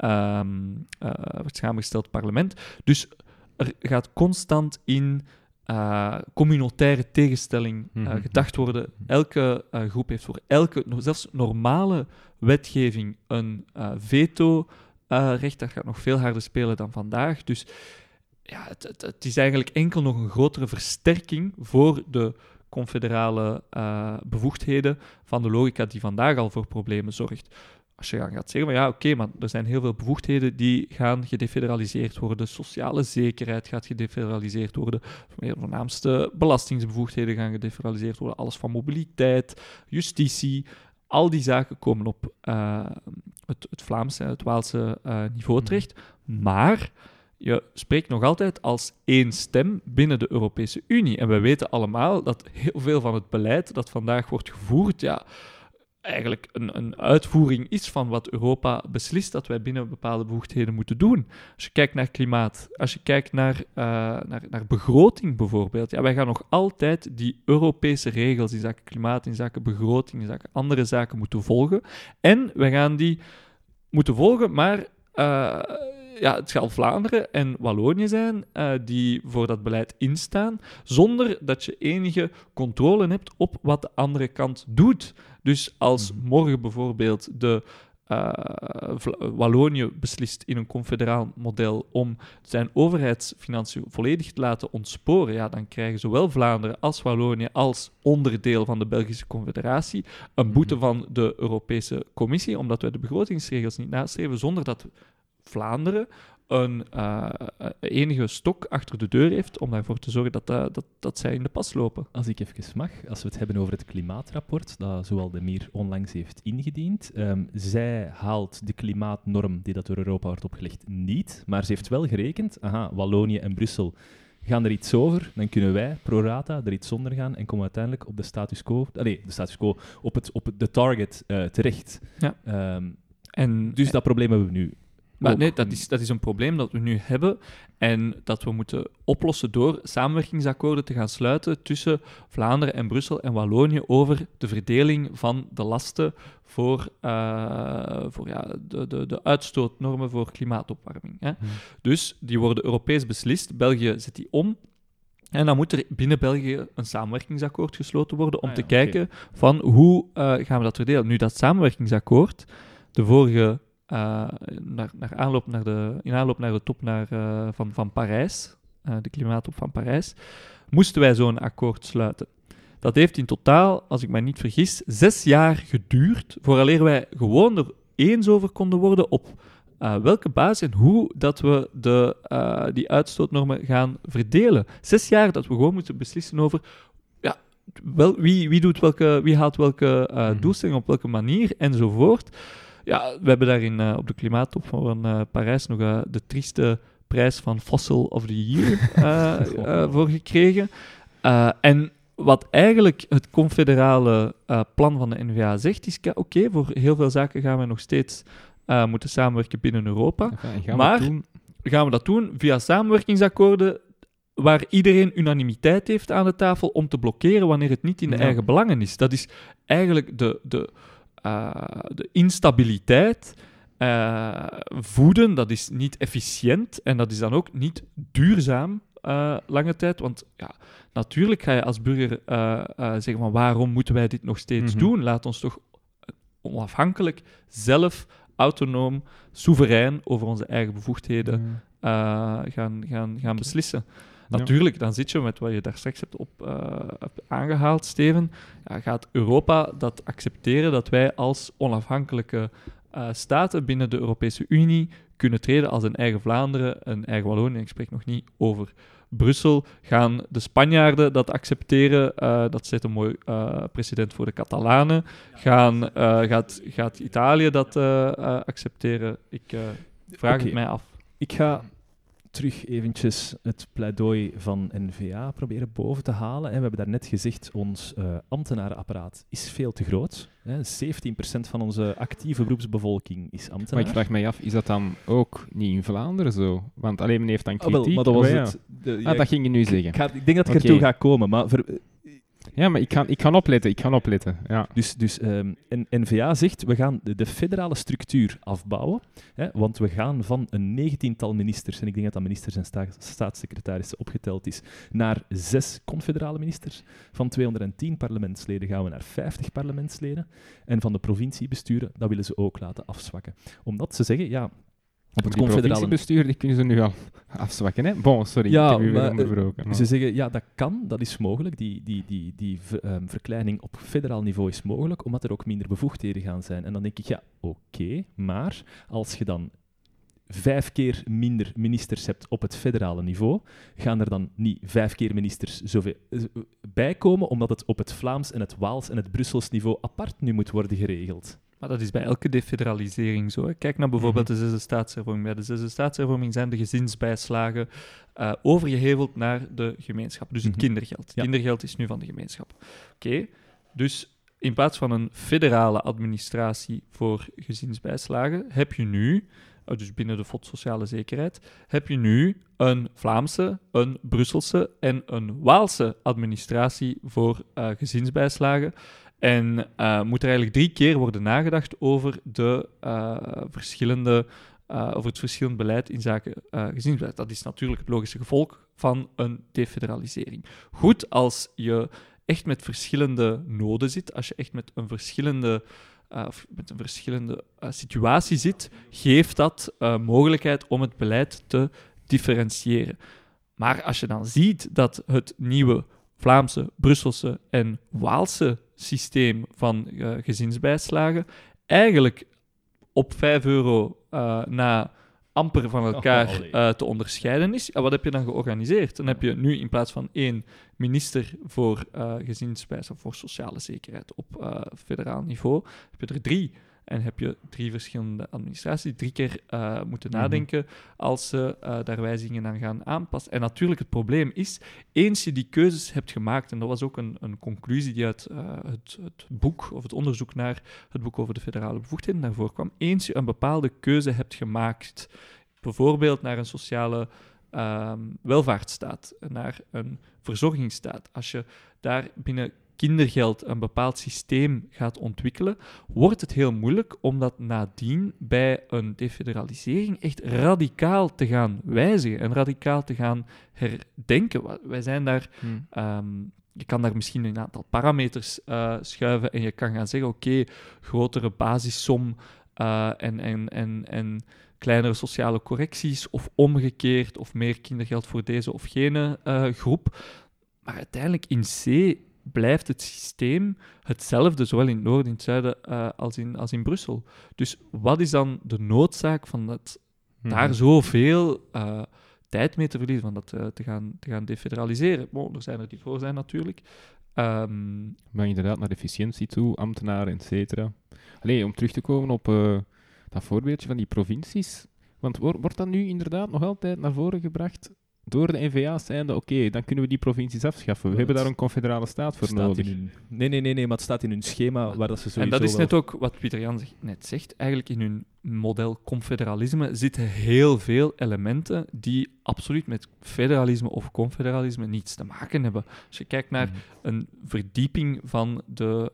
[SPEAKER 3] um, uh, samengesteld parlement. Dus er gaat constant in uh, communautaire tegenstelling uh,
[SPEAKER 2] Mhm.
[SPEAKER 3] gedacht worden. Elke uh, groep heeft voor elke, no- zelfs normale wetgeving, een uh, veto-recht. Dat gaat nog veel harder spelen dan vandaag. Dus ja, het, het, het is eigenlijk enkel nog een grotere versterking voor de confederale uh, bevoegdheden van de logica die vandaag al voor problemen zorgt. Als je dan gaat zeggen, maar ja, oké, okay, maar er zijn heel veel bevoegdheden die gaan gedefederaliseerd worden. Sociale zekerheid gaat gedefederaliseerd worden. De voornaamste belastingsbevoegdheden gaan gedefederaliseerd worden. Alles van mobiliteit, justitie, al die zaken komen op uh, het, het Vlaamse en het Waalse uh, niveau terecht. Maar je spreekt nog altijd als één stem binnen de Europese Unie. En we weten allemaal dat heel veel van het beleid dat vandaag wordt gevoerd, ja, eigenlijk een, een uitvoering is van wat Europa beslist dat wij binnen bepaalde bevoegdheden moeten doen. Als je kijkt naar klimaat, als je kijkt naar, uh, naar, naar begroting bijvoorbeeld, ja, wij gaan nog altijd die Europese regels in zaken klimaat, in zaken begroting, in zaken andere zaken moeten volgen. En wij gaan die moeten volgen, maar uh, ja, het zal Vlaanderen en Wallonië zijn uh, die voor dat beleid instaan, zonder dat je enige controle hebt op wat de andere kant doet. Dus als morgen bijvoorbeeld de uh, Vla- Wallonië beslist in een confederaal model om zijn overheidsfinanciën volledig te laten ontsporen, ja, dan krijgen zowel Vlaanderen als Wallonië als onderdeel van de Belgische Confederatie een boete
[SPEAKER 1] Mhm.
[SPEAKER 3] van de Europese Commissie, omdat wij de begrotingsregels niet nastreven, zonder dat Vlaanderen een uh, enige stok achter de deur heeft om daarvoor te zorgen dat, uh, dat, dat zij in de pas lopen.
[SPEAKER 1] Als ik even mag, als we het hebben over het klimaatrapport dat zowel de Mier onlangs heeft ingediend, um, zij haalt de klimaatnorm die dat door Europa wordt opgelegd niet, maar ze heeft wel gerekend, aha, Wallonië en Brussel gaan er iets over, dan kunnen wij, pro rata, er iets zonder gaan en komen uiteindelijk op de status quo, allee, de status quo, op, het, op de target uh, terecht.
[SPEAKER 3] Ja.
[SPEAKER 1] Um,
[SPEAKER 3] en,
[SPEAKER 1] dus dat probleem hebben we nu.
[SPEAKER 3] Maar
[SPEAKER 1] ook.
[SPEAKER 3] nee, dat is, dat is een probleem dat we nu hebben en dat we moeten oplossen door samenwerkingsakkoorden te gaan sluiten tussen Vlaanderen en Brussel en Wallonië over de verdeling van de lasten voor, uh, voor ja, de, de, de uitstootnormen voor klimaatopwarming. Hè.
[SPEAKER 1] Hmm.
[SPEAKER 3] Dus die worden Europees beslist, België zet die om. En dan moet er binnen België een samenwerkingsakkoord gesloten worden om
[SPEAKER 1] Ah, ja,
[SPEAKER 3] te kijken
[SPEAKER 1] okay.
[SPEAKER 3] van hoe uh, gaan we dat verdelen. Nu, dat samenwerkingsakkoord, de vorige... Uh, naar, naar aanloop naar de, in aanloop naar de top naar, uh, van, van Parijs, uh, de klimaattop van Parijs, moesten wij zo'n akkoord sluiten. Dat heeft in totaal, als ik mij niet vergis, zes jaar geduurd vooraleer wij gewoon er eens over konden worden op uh, welke basis en hoe dat we de, uh, die uitstootnormen gaan verdelen. Zes jaar dat we gewoon moeten beslissen over ja, wel, wie, wie, doet welke, wie haalt welke uh, doelstelling op welke manier enzovoort. Ja, we hebben daar in, uh, op de klimaattop van uh, Parijs nog uh, de trieste prijs van Fossil of the Year uh, uh, voor gekregen. Uh, en wat eigenlijk het confederale uh, plan van de N V A zegt, is oké, okay, voor heel veel zaken gaan we nog steeds uh, moeten samenwerken binnen Europa.
[SPEAKER 2] Enfin, gaan
[SPEAKER 3] maar
[SPEAKER 2] we doen...
[SPEAKER 3] gaan we dat doen via samenwerkingsakkoorden waar iedereen unanimiteit heeft aan de tafel om te blokkeren wanneer het niet in de
[SPEAKER 2] Ja.
[SPEAKER 3] eigen belangen is. Dat is eigenlijk de... de Uh, de instabiliteit uh, voeden, dat is niet efficiënt en dat is dan ook niet duurzaam uh, lange tijd. Want ja, natuurlijk ga je als burger uh, uh, zeggen van waarom moeten wij dit nog steeds
[SPEAKER 2] Mm-hmm.
[SPEAKER 3] doen? Laat ons toch onafhankelijk, zelf, autonoom, soeverein over onze eigen bevoegdheden uh, gaan, gaan, gaan beslissen.
[SPEAKER 2] Ja.
[SPEAKER 3] Natuurlijk, dan zit je met wat je daar straks hebt op uh, hebt aangehaald, Steven. Ja, gaat Europa dat accepteren dat wij als onafhankelijke uh, staten binnen de Europese Unie kunnen treden als een eigen Vlaanderen, een eigen Wallonië? Ik spreek nog niet over Brussel. Gaan de Spanjaarden dat accepteren? Uh, dat zet een mooi uh, precedent voor de Catalanen. Gaan, uh, gaat, gaat Italië dat uh, uh, accepteren? Ik uh, vraag
[SPEAKER 1] okay.
[SPEAKER 3] het mij af.
[SPEAKER 1] Ik ga terug eventjes het pleidooi van N V A proberen boven te halen. En we hebben daarnet gezegd, ons uh, ambtenarenapparaat is veel te groot. Hè. zeventien procent van onze actieve beroepsbevolking is ambtenaar.
[SPEAKER 2] Maar ik vraag mij af, is dat dan ook niet in Vlaanderen zo? Want alleen men heeft dan kritiek.
[SPEAKER 1] Ah, wel, maar dat was
[SPEAKER 2] oh, ja.
[SPEAKER 1] het. De,
[SPEAKER 2] ah, dat ging je nu zeggen.
[SPEAKER 1] Ik, ga, ik denk dat ik
[SPEAKER 2] okay.
[SPEAKER 1] ertoe ga komen, maar... Ver,
[SPEAKER 2] Ja, maar ik kan, ik kan opletten, ik kan opletten. Ja.
[SPEAKER 1] Dus, dus um, N V A zegt, we gaan de, de federale structuur afbouwen, hè, want we gaan van een negentiental ministers, en ik denk dat dat ministers en sta- staatssecretarissen opgeteld is, naar zes confederale ministers. Van tweehonderdtien parlementsleden gaan we naar vijftig parlementsleden. En van de provinciebesturen, dat willen ze ook laten afzwakken. Omdat ze zeggen, ja...
[SPEAKER 2] Op het provinciebestuur, die kunnen ze nu al afzwakken, hè? Bon, sorry,
[SPEAKER 1] ja,
[SPEAKER 2] ik heb u weer
[SPEAKER 1] maar,
[SPEAKER 2] onderbroken. Maar.
[SPEAKER 1] Ze zeggen, ja, dat kan, dat is mogelijk. Die, die, die, die ver, um, verkleining op federaal niveau is mogelijk, omdat er ook minder bevoegdheden gaan zijn. En dan denk ik, ja, oké, okay, maar als je dan vijf keer minder ministers hebt op het federale niveau, gaan er dan niet vijf keer ministers zoveel bijkomen, omdat het op het Vlaams en het Waals en het Brussels niveau apart nu moet worden geregeld.
[SPEAKER 3] Maar dat is bij elke defederalisering zo. Hè. Kijk naar bijvoorbeeld
[SPEAKER 2] Mm-hmm.
[SPEAKER 3] de zesde staatshervorming. Bij de zesde staatshervorming zijn de gezinsbijslagen uh, overgeheveld naar de gemeenschap. Dus het
[SPEAKER 1] Mm-hmm.
[SPEAKER 3] kindergeld. Het
[SPEAKER 1] Ja.
[SPEAKER 3] kindergeld is nu van de gemeenschap. Oké, okay. Dus in plaats van een federale administratie voor gezinsbijslagen, heb je nu, uh, dus binnen de F O D Sociale Zekerheid, heb je nu een Vlaamse, een Brusselse en een Waalse administratie voor uh, gezinsbijslagen. En uh, moet er eigenlijk drie keer worden nagedacht over, de, uh, verschillende, uh, over het verschillend beleid in zaken uh, gezinsbeleid. Dat is natuurlijk het logische gevolg van een defederalisering. Goed, als je echt met verschillende noden zit, als je echt met een verschillende uh, of met een verschillende uh, situatie zit, geeft dat uh, mogelijkheid om het beleid te differentiëren. Maar als je dan ziet dat het nieuwe Vlaamse, Brusselse en Waalse systeem van uh, gezinsbijslagen eigenlijk op vijf euro uh, na amper van elkaar
[SPEAKER 1] Oh,
[SPEAKER 3] uh, te onderscheiden is. En wat heb je dan georganiseerd? Dan heb je nu in plaats van één minister voor uh, gezinsbijslag, voor sociale zekerheid op uh, federaal niveau, heb je er drie. En heb je drie verschillende administraties drie keer uh, moeten nadenken als ze uh, daar wijzigingen aan gaan aanpassen. En natuurlijk, het probleem is, eens je die keuzes hebt gemaakt, en dat was ook een, een conclusie die uit uh, het, het boek, of het onderzoek naar het boek over de federale bevoegdheden naar voren kwam, eens je een bepaalde keuze hebt gemaakt, bijvoorbeeld naar een sociale uh, welvaartsstaat, naar een verzorgingsstaat, als je daar binnen kindergeld een bepaald systeem gaat ontwikkelen, wordt het heel moeilijk om dat nadien bij een defederalisering echt radicaal te gaan wijzigen en radicaal te gaan herdenken. Wij zijn daar... Hmm. Um, je kan daar misschien een aantal parameters uh, schuiven en je kan gaan zeggen, oké, okay, grotere basissom uh, en, en, en, en kleinere sociale correcties, of omgekeerd, of meer kindergeld voor deze of gene uh, groep. Maar uiteindelijk in C blijft het systeem hetzelfde, zowel in het noorden, in het zuiden, uh, als, in, als in Brussel. Dus wat is dan de noodzaak van dat mm-hmm. daar zoveel uh, tijd mee te verliezen, van dat uh, te, gaan, te gaan defederaliseren? Bon, er zijn er die voor zijn natuurlijk. Um,
[SPEAKER 2] maar inderdaad naar efficiëntie toe, ambtenaren, et cetera. Allee, om terug te komen op uh, dat voorbeeldje van die provincies, want wordt, wordt dat nu inderdaad nog altijd naar voren gebracht door de N V A zijnde, oké, okay, dan kunnen we die provincies afschaffen. We ja, hebben daar een confederale staat voor nodig.
[SPEAKER 1] Hun... Nee, nee, nee, nee, maar het staat in hun schema waar dat ze sowieso...
[SPEAKER 3] En dat is
[SPEAKER 1] wel...
[SPEAKER 3] net ook wat Pieter Jan net zegt. Eigenlijk in hun model confederalisme zitten heel veel elementen die absoluut met federalisme of confederalisme niets te maken hebben. Als je kijkt naar mm-hmm. een verdieping van de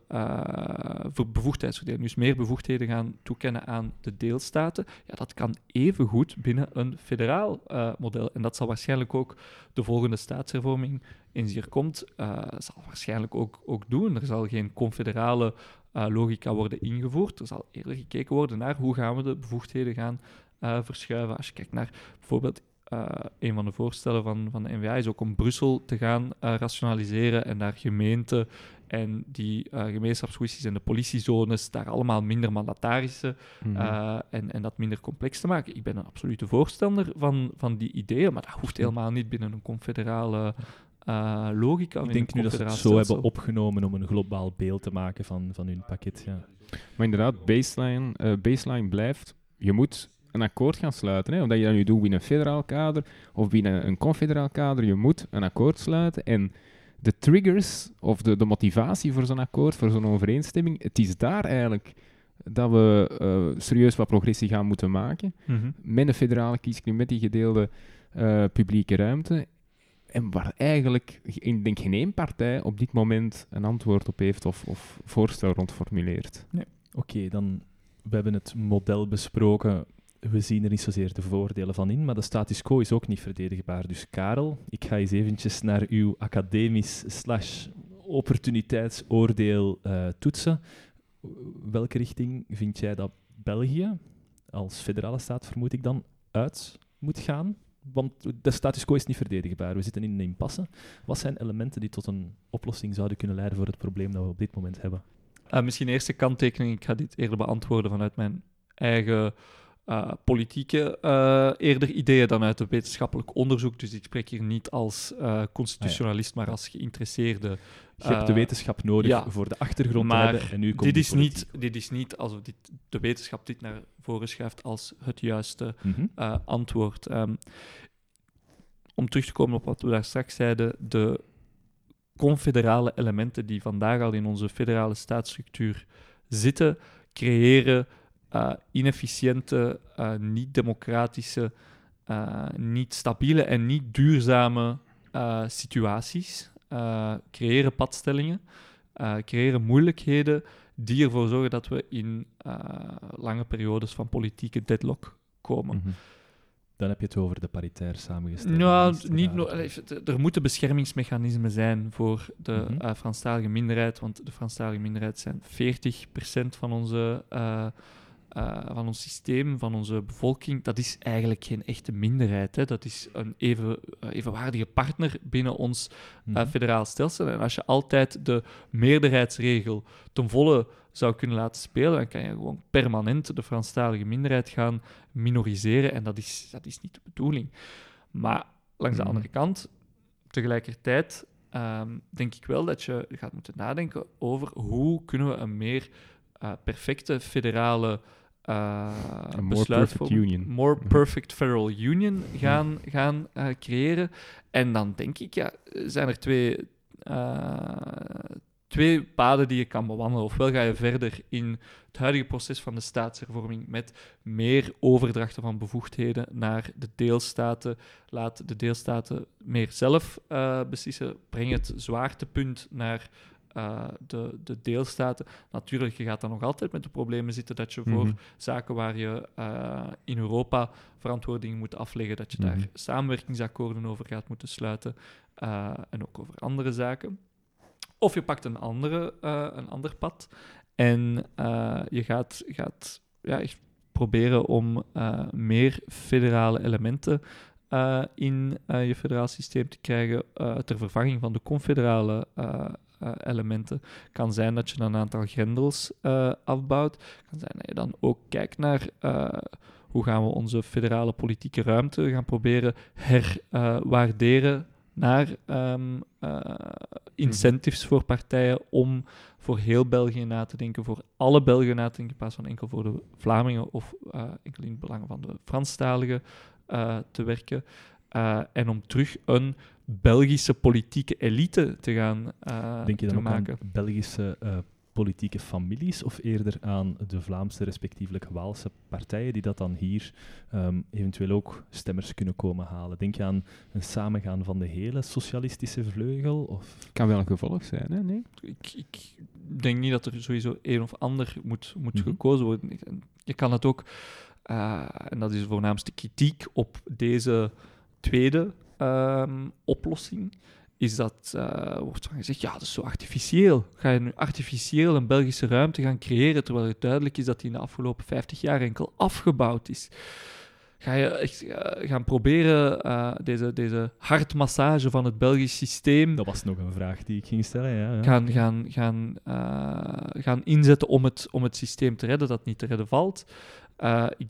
[SPEAKER 3] uh, bevoegdheidsverdeling, dus meer bevoegdheden gaan toekennen aan de deelstaten, ja, dat kan evengoed binnen een federaal uh, model. En dat zal waarschijnlijk ook de volgende staatshervorming, eens hier komt, uh, zal waarschijnlijk ook, ook doen. Er zal geen confederale Uh, logica worden ingevoerd. Er zal eerder gekeken worden naar hoe gaan we de bevoegdheden gaan uh, verschuiven. Als je kijkt naar bijvoorbeeld uh, een van de voorstellen van, van de N V A is ook om Brussel te gaan uh, rationaliseren en daar gemeenten en die uh, gemeenschapskwesties en de politiezones daar allemaal minder mandatarissen mm-hmm. uh, en, en dat minder complex te maken. Ik ben een absolute voorstander van, van die ideeën, maar dat hoeft helemaal niet binnen een confederale Uh, logica.
[SPEAKER 1] Ik denk nu dat ze het zo hebben opgenomen om een globaal beeld te maken van, van hun pakket. Ja.
[SPEAKER 2] Maar inderdaad, baseline, uh, baseline blijft, je moet een akkoord gaan sluiten. Hè? Omdat je dat nu doet binnen een federaal kader of binnen een confederaal kader, je moet een akkoord sluiten. En de triggers of de, de motivatie voor zo'n akkoord, voor zo'n overeenstemming, het is daar eigenlijk dat we uh, serieus wat progressie gaan moeten maken. Mm-hmm. Met een federale kieskring, met die gedeelde uh, publieke ruimte. En waar eigenlijk, ik denk, geen één partij op dit moment een antwoord op heeft of, of voorstel rond formuleert.
[SPEAKER 1] Nee. Oké, okay, dan we hebben het model besproken. We zien er niet zozeer de voordelen van in, maar de status quo is ook niet verdedigbaar. Dus Karel, ik ga eens eventjes naar uw academisch slash opportuniteitsoordeel uh, toetsen. Welke richting vind jij dat België, als federale staat vermoed ik dan, uit moet gaan? Want de status quo is niet verdedigbaar. We zitten in een impasse. Wat zijn elementen die tot een oplossing zouden kunnen leiden voor het probleem dat we op dit moment hebben?
[SPEAKER 3] Uh, misschien eerste kanttekening. Ik ga dit eerder beantwoorden vanuit mijn eigen uh, politieke uh, eerder ideeën dan uit het wetenschappelijk onderzoek. Dus ik spreek hier niet als uh, constitutionalist, ah, ja. maar als geïnteresseerde. Uh,
[SPEAKER 1] Je hebt de wetenschap nodig ja, voor de achtergrond te hebben. En nu komt
[SPEAKER 3] dit, is niet, dit is niet alsof dit, de wetenschap dit naar voren schuift als het juiste mm-hmm. uh, antwoord. Um, om terug te komen op wat we daar straks zeiden, de confederale elementen die vandaag al in onze federale staatsstructuur zitten, creëren uh, inefficiënte, uh, niet-democratische, uh, niet stabiele en niet duurzame uh, situaties. Uh, creëren padstellingen, uh, creëren moeilijkheden die ervoor zorgen dat we in uh, lange periodes van politieke deadlock komen.
[SPEAKER 1] Mm-hmm. Dan heb je het over de paritair samengestelde
[SPEAKER 3] Ja,
[SPEAKER 1] ministerraad.
[SPEAKER 3] niet no- allee, er er moeten beschermingsmechanismen zijn voor de
[SPEAKER 1] Mhm.
[SPEAKER 3] uh, Franstalige minderheid, want de Franstalige minderheid zijn veertig procent van onze... Uh, Uh, van ons systeem, van onze bevolking, dat is eigenlijk geen echte minderheid. Hè. Dat is een even, uh, evenwaardige partner binnen ons uh,
[SPEAKER 1] Mhm.
[SPEAKER 3] federaal stelsel. En als je altijd de meerderheidsregel ten volle zou kunnen laten spelen, dan kan je gewoon permanent de Franstalige minderheid gaan minoriseren. En dat is, dat is niet de bedoeling. Maar langs de
[SPEAKER 1] Mhm.
[SPEAKER 3] andere kant, tegelijkertijd, um, denk ik wel dat je gaat moeten nadenken over hoe kunnen we een meer uh, perfecte federale Uh,
[SPEAKER 2] A more
[SPEAKER 3] besluitvorm-
[SPEAKER 2] perfect union.
[SPEAKER 3] more
[SPEAKER 2] Mhm.
[SPEAKER 3] perfect federal union gaan, gaan uh, creëren. En dan denk ik, ja, zijn er twee, uh, twee paden die je kan bewandelen. Ofwel ga je verder in het huidige proces van de staatshervorming met meer overdrachten van bevoegdheden naar de deelstaten. Laat de deelstaten meer zelf uh, beslissen. Breng het zwaartepunt naar Uh, de, de deelstaten. Natuurlijk, je gaat dan nog altijd met de problemen zitten dat je voor
[SPEAKER 2] Mhm.
[SPEAKER 3] zaken waar je uh, in Europa verantwoording moet afleggen, dat je
[SPEAKER 2] Mhm.
[SPEAKER 3] daar samenwerkingsakkoorden over gaat moeten sluiten uh, en ook over andere zaken. Of je pakt een, andere, uh, een ander pad en uh, je gaat, gaat ja, echt proberen om uh, meer federale elementen uh, in uh, je federaal systeem te krijgen uh, ter vervanging van de confederale uh, Uh, elementen. Kan zijn dat je een aantal grendels uh, afbouwt. Kan zijn dat je dan ook kijkt naar uh, hoe gaan we onze federale politieke ruimte gaan proberen herwaarderen uh, naar um, uh, incentives mm-hmm. voor partijen om voor heel België na te denken, voor alle Belgen na te denken, in plaats van enkel voor de Vlamingen of uh, enkel in het belang van de Franstaligen uh, te werken. Uh, en om terug een Belgische politieke elite te gaan uh,
[SPEAKER 1] Denk je dan
[SPEAKER 3] te
[SPEAKER 1] ook
[SPEAKER 3] maken.
[SPEAKER 1] aan Belgische uh, politieke families of eerder aan de Vlaamse, respectievelijk Waalse partijen die dat dan hier um, eventueel ook stemmers kunnen komen halen? Denk je aan een samengaan van de hele socialistische vleugel? Of?
[SPEAKER 2] Kan wel een gevolg zijn, hè? Nee?
[SPEAKER 3] Ik, ik denk niet dat er sowieso een of ander moet, moet
[SPEAKER 1] mm-hmm.
[SPEAKER 3] gekozen worden. Je kan het ook, uh, en dat is de voornaamste kritiek op deze tweede Um, oplossing, is dat, uh, wordt van gezegd, ja, dat is zo artificieel. Ga je nu artificieel een Belgische ruimte gaan creëren, terwijl het duidelijk is dat die in de afgelopen vijftig jaar enkel afgebouwd is. Ga je echt uh, gaan proberen uh, deze, deze hartmassage van het Belgisch systeem...
[SPEAKER 1] Dat was nog een vraag die ik ging stellen, ja. ja.
[SPEAKER 3] Gaan, gaan, gaan, uh, gaan inzetten om het, om het systeem te redden, dat niet te redden valt. Uh, ik,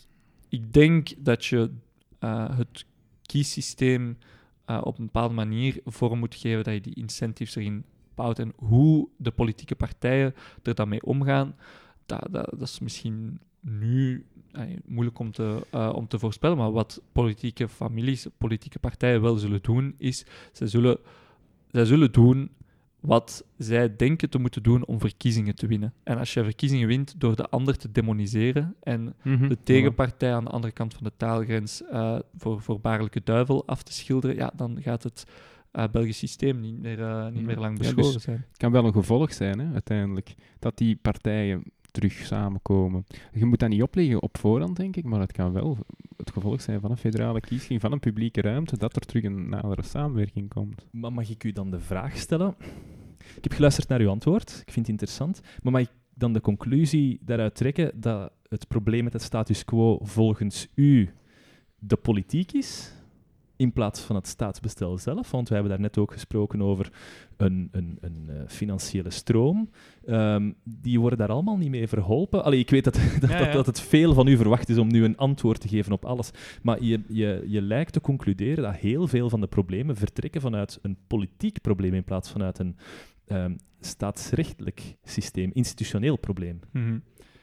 [SPEAKER 3] ik denk dat je uh, het kiessysteem uh, op een bepaalde manier vorm moet geven, dat je die incentives erin bouwt. En hoe de politieke partijen er dan mee omgaan, dat, dat, dat is misschien nu uh, moeilijk om te, uh, om te voorspellen. Maar wat politieke families, politieke partijen wel zullen doen, is zij zullen, zij zullen doen wat zij denken te moeten doen om verkiezingen te winnen. En als je verkiezingen wint door de ander te demoniseren en
[SPEAKER 2] Mm-hmm.
[SPEAKER 3] de tegenpartij aan de andere kant van de taalgrens uh, voor voorbaarlijke duivel af te schilderen, ja, dan gaat het uh, Belgisch systeem niet meer, uh, niet meer lang beschoren
[SPEAKER 2] ja, dus
[SPEAKER 3] zijn.
[SPEAKER 2] Het kan wel een gevolg zijn, hè, uiteindelijk, dat die partijen terug samenkomen. Je moet dat niet opleggen op voorhand, denk ik, maar het kan wel het gevolg zijn van een federale kiesging, van een publieke ruimte, dat er terug een nadere samenwerking komt.
[SPEAKER 1] Maar mag ik u dan de vraag stellen? Ik heb geluisterd naar uw antwoord, ik vind het interessant, maar mag ik dan de conclusie daaruit trekken dat het probleem met het status quo volgens u de politiek is, in plaats van het staatsbestel zelf? Want we hebben daar net ook gesproken over een, een, een uh, financiële stroom. Um, die worden daar allemaal niet mee verholpen. Allee, ik weet dat, dat,
[SPEAKER 3] ja, ja.
[SPEAKER 1] dat, dat het veel van u verwacht is om nu een antwoord te geven op alles. Maar je, je, je lijkt te concluderen dat heel veel van de problemen vertrekken vanuit een politiek probleem in plaats vanuit een um, staatsrechtelijk systeem, institutioneel probleem.
[SPEAKER 3] Mm-hmm.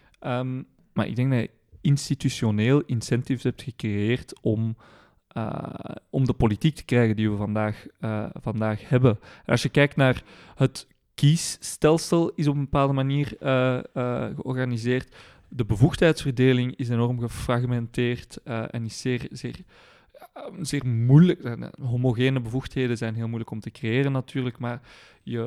[SPEAKER 3] Um, maar ik denk dat je institutioneel incentives hebt gecreëerd om Uh, om de politiek te krijgen die we vandaag, uh, vandaag hebben. En als je kijkt naar het kiesstelsel, is op een bepaalde manier uh, uh, georganiseerd. De bevoegdheidsverdeling is enorm gefragmenteerd uh, en is zeer, zeer, uh, zeer moeilijk. Uh, homogene bevoegdheden zijn heel moeilijk om te creëren natuurlijk, maar je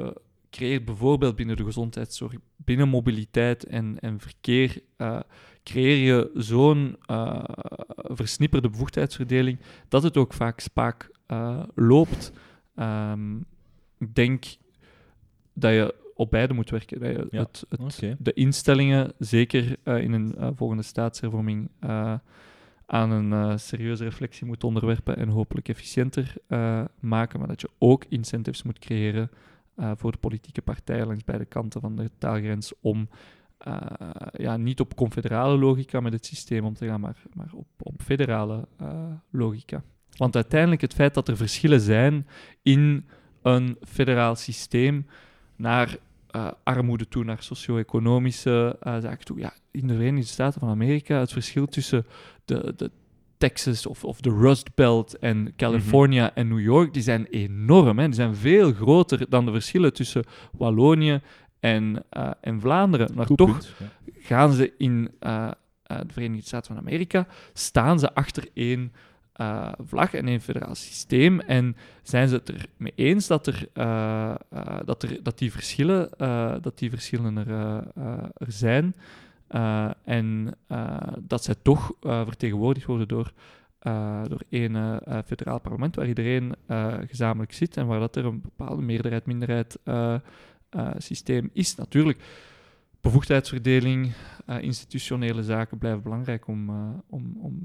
[SPEAKER 3] creëert bijvoorbeeld binnen de gezondheidszorg, binnen mobiliteit en, en verkeer, uh, creëer je zo'n uh, versnipperde bevoegdheidsverdeling dat het ook vaak spaak uh, loopt. Um, ik denk dat je op beide moet werken. Dat je
[SPEAKER 1] Ja,
[SPEAKER 3] het, het,
[SPEAKER 1] okay.
[SPEAKER 3] De instellingen, zeker uh, in een uh, volgende staatshervorming, uh, aan een uh, serieuze reflectie moet onderwerpen en hopelijk efficiënter uh, maken, maar dat je ook incentives moet creëren uh, voor de politieke partijen langs beide kanten van de taalgrens om uh, ja, niet op confederale logica met het systeem om te gaan, maar, maar op, op federale uh, logica. Want uiteindelijk het feit dat er verschillen zijn in een federaal systeem naar uh, armoede toe, naar socio-economische uh, zaken toe. Ja, in de Verenigde Staten van Amerika, het verschil tussen de, de Texas of, of de Rust Belt en California mm-hmm. en New York, die zijn enorm. Hè? Die zijn veel groter dan de verschillen tussen Wallonië en, uh, en Vlaanderen. Maar Goed toch punt, ja. gaan ze in uh, uh, de Verenigde Staten van Amerika, staan ze achter één Uh, vlag en een federaal systeem. En zijn ze het er mee eens dat, er, uh, uh, dat, er, dat, die, verschillen, uh, dat die verschillen er, uh, uh, er zijn. Uh, en uh, dat zij toch uh, vertegenwoordigd worden door, uh, door één uh, federaal parlement, waar iedereen uh, gezamenlijk zit en waar dat er een bepaalde meerderheid-minderheid uh, uh, systeem is. Natuurlijk, bevoegdheidsverdeling, uh, institutionele zaken blijven belangrijk om... Uh, om, om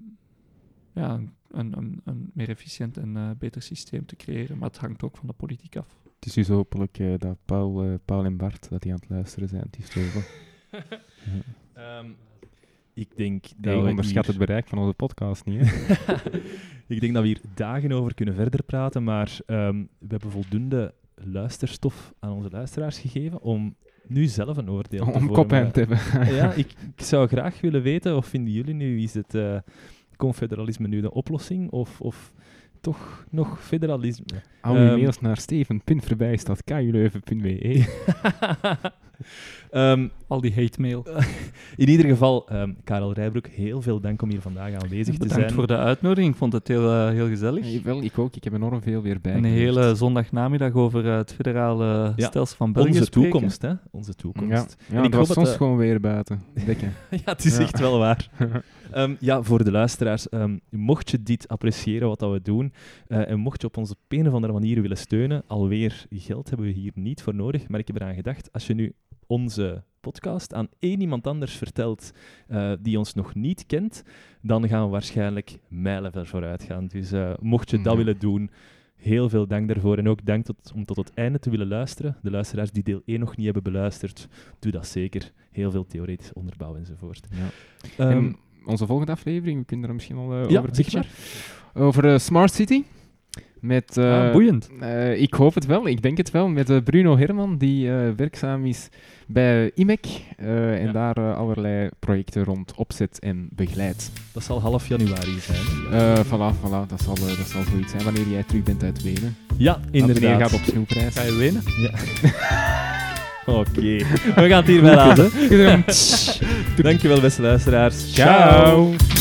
[SPEAKER 3] ja, een, een, een meer efficiënt en uh, beter systeem te creëren. Maar het hangt ook van de politiek af.
[SPEAKER 2] Het is dus hopelijk uh, dat Paul, uh, Paul en Bart dat die aan het luisteren zijn. Het is toch
[SPEAKER 1] ja. um, Ik denk dat
[SPEAKER 2] nee,
[SPEAKER 1] we
[SPEAKER 2] onderschat
[SPEAKER 1] hier...
[SPEAKER 2] het bereik van onze podcast niet, hè?
[SPEAKER 1] Ik denk dat we hier dagen over kunnen verder praten, maar um, we hebben voldoende luisterstof aan onze luisteraars gegeven om nu zelf een oordeel
[SPEAKER 2] om
[SPEAKER 1] te vormen.
[SPEAKER 2] Om kop aan te hebben.
[SPEAKER 1] Ja, ik, ik zou graag willen weten, of vinden jullie nu, is het... Uh, confederalisme nu de oplossing, of, of toch nog federalisme?
[SPEAKER 2] Al uw um, mails naar steven punt verbijstad k u leuven punt b e.
[SPEAKER 3] um, Al die hate mail.
[SPEAKER 1] In ieder geval, um, Karel Rijbroek, heel veel dank om hier vandaag aanwezig te
[SPEAKER 3] Bedankt
[SPEAKER 1] zijn.
[SPEAKER 3] voor de uitnodiging. Ik vond het heel, uh, heel gezellig.
[SPEAKER 2] Ja, wel, ik ook. Ik heb enorm veel weer bij.
[SPEAKER 3] Een hele zondagnamiddag over uh, het federale ja. stelsel van België
[SPEAKER 1] Onze
[SPEAKER 3] spreken.
[SPEAKER 1] toekomst, hè? Onze toekomst.
[SPEAKER 2] Ja, ja
[SPEAKER 1] en ik
[SPEAKER 2] dat was
[SPEAKER 1] hoop
[SPEAKER 2] soms
[SPEAKER 1] dat, uh,
[SPEAKER 2] gewoon weer buiten. Dekken.
[SPEAKER 1] Ja, het is ja. echt wel waar. Um, ja, voor de luisteraars, um, mocht je dit appreciëren wat dat we doen, uh, en mocht je op ons op een of andere manier willen steunen, alweer geld hebben we hier niet voor nodig, maar ik heb eraan gedacht, als je nu onze podcast aan één iemand anders vertelt uh, die ons nog niet kent, dan gaan we waarschijnlijk mijlenver vooruit gaan. Dus uh, mocht je dat ja. willen doen, heel veel dank daarvoor. En ook dank tot, om tot het einde te willen luisteren. De luisteraars die deel één nog niet hebben beluisterd, doe dat zeker. Heel veel theoretisch onderbouw enzovoort.
[SPEAKER 2] Ja. Um, en onze volgende aflevering, we kunnen er misschien al uh,
[SPEAKER 1] ja,
[SPEAKER 2] over zeggen. Over uh, Smart City. Met, uh,
[SPEAKER 3] ah, boeiend.
[SPEAKER 2] Uh, ik hoop het wel, ik denk het wel. Met uh, Bruno Herman, die uh, werkzaam is bij I M E C uh, en ja. daar uh, allerlei projecten rond opzet en begeleidt.
[SPEAKER 1] Dat zal half januari zijn.
[SPEAKER 2] Uh, voilà, voilà, dat zal, uh, dat zal zoiets zijn wanneer jij terug bent uit Wenen.
[SPEAKER 1] Ja, inderdaad.
[SPEAKER 2] Wanneer je gaat op snoepreis.
[SPEAKER 3] Ga je Wenen?
[SPEAKER 1] Ja. Oké, okay. We gaan het hierbij laten. Dankjewel, beste luisteraars.
[SPEAKER 2] Ciao. Ciao.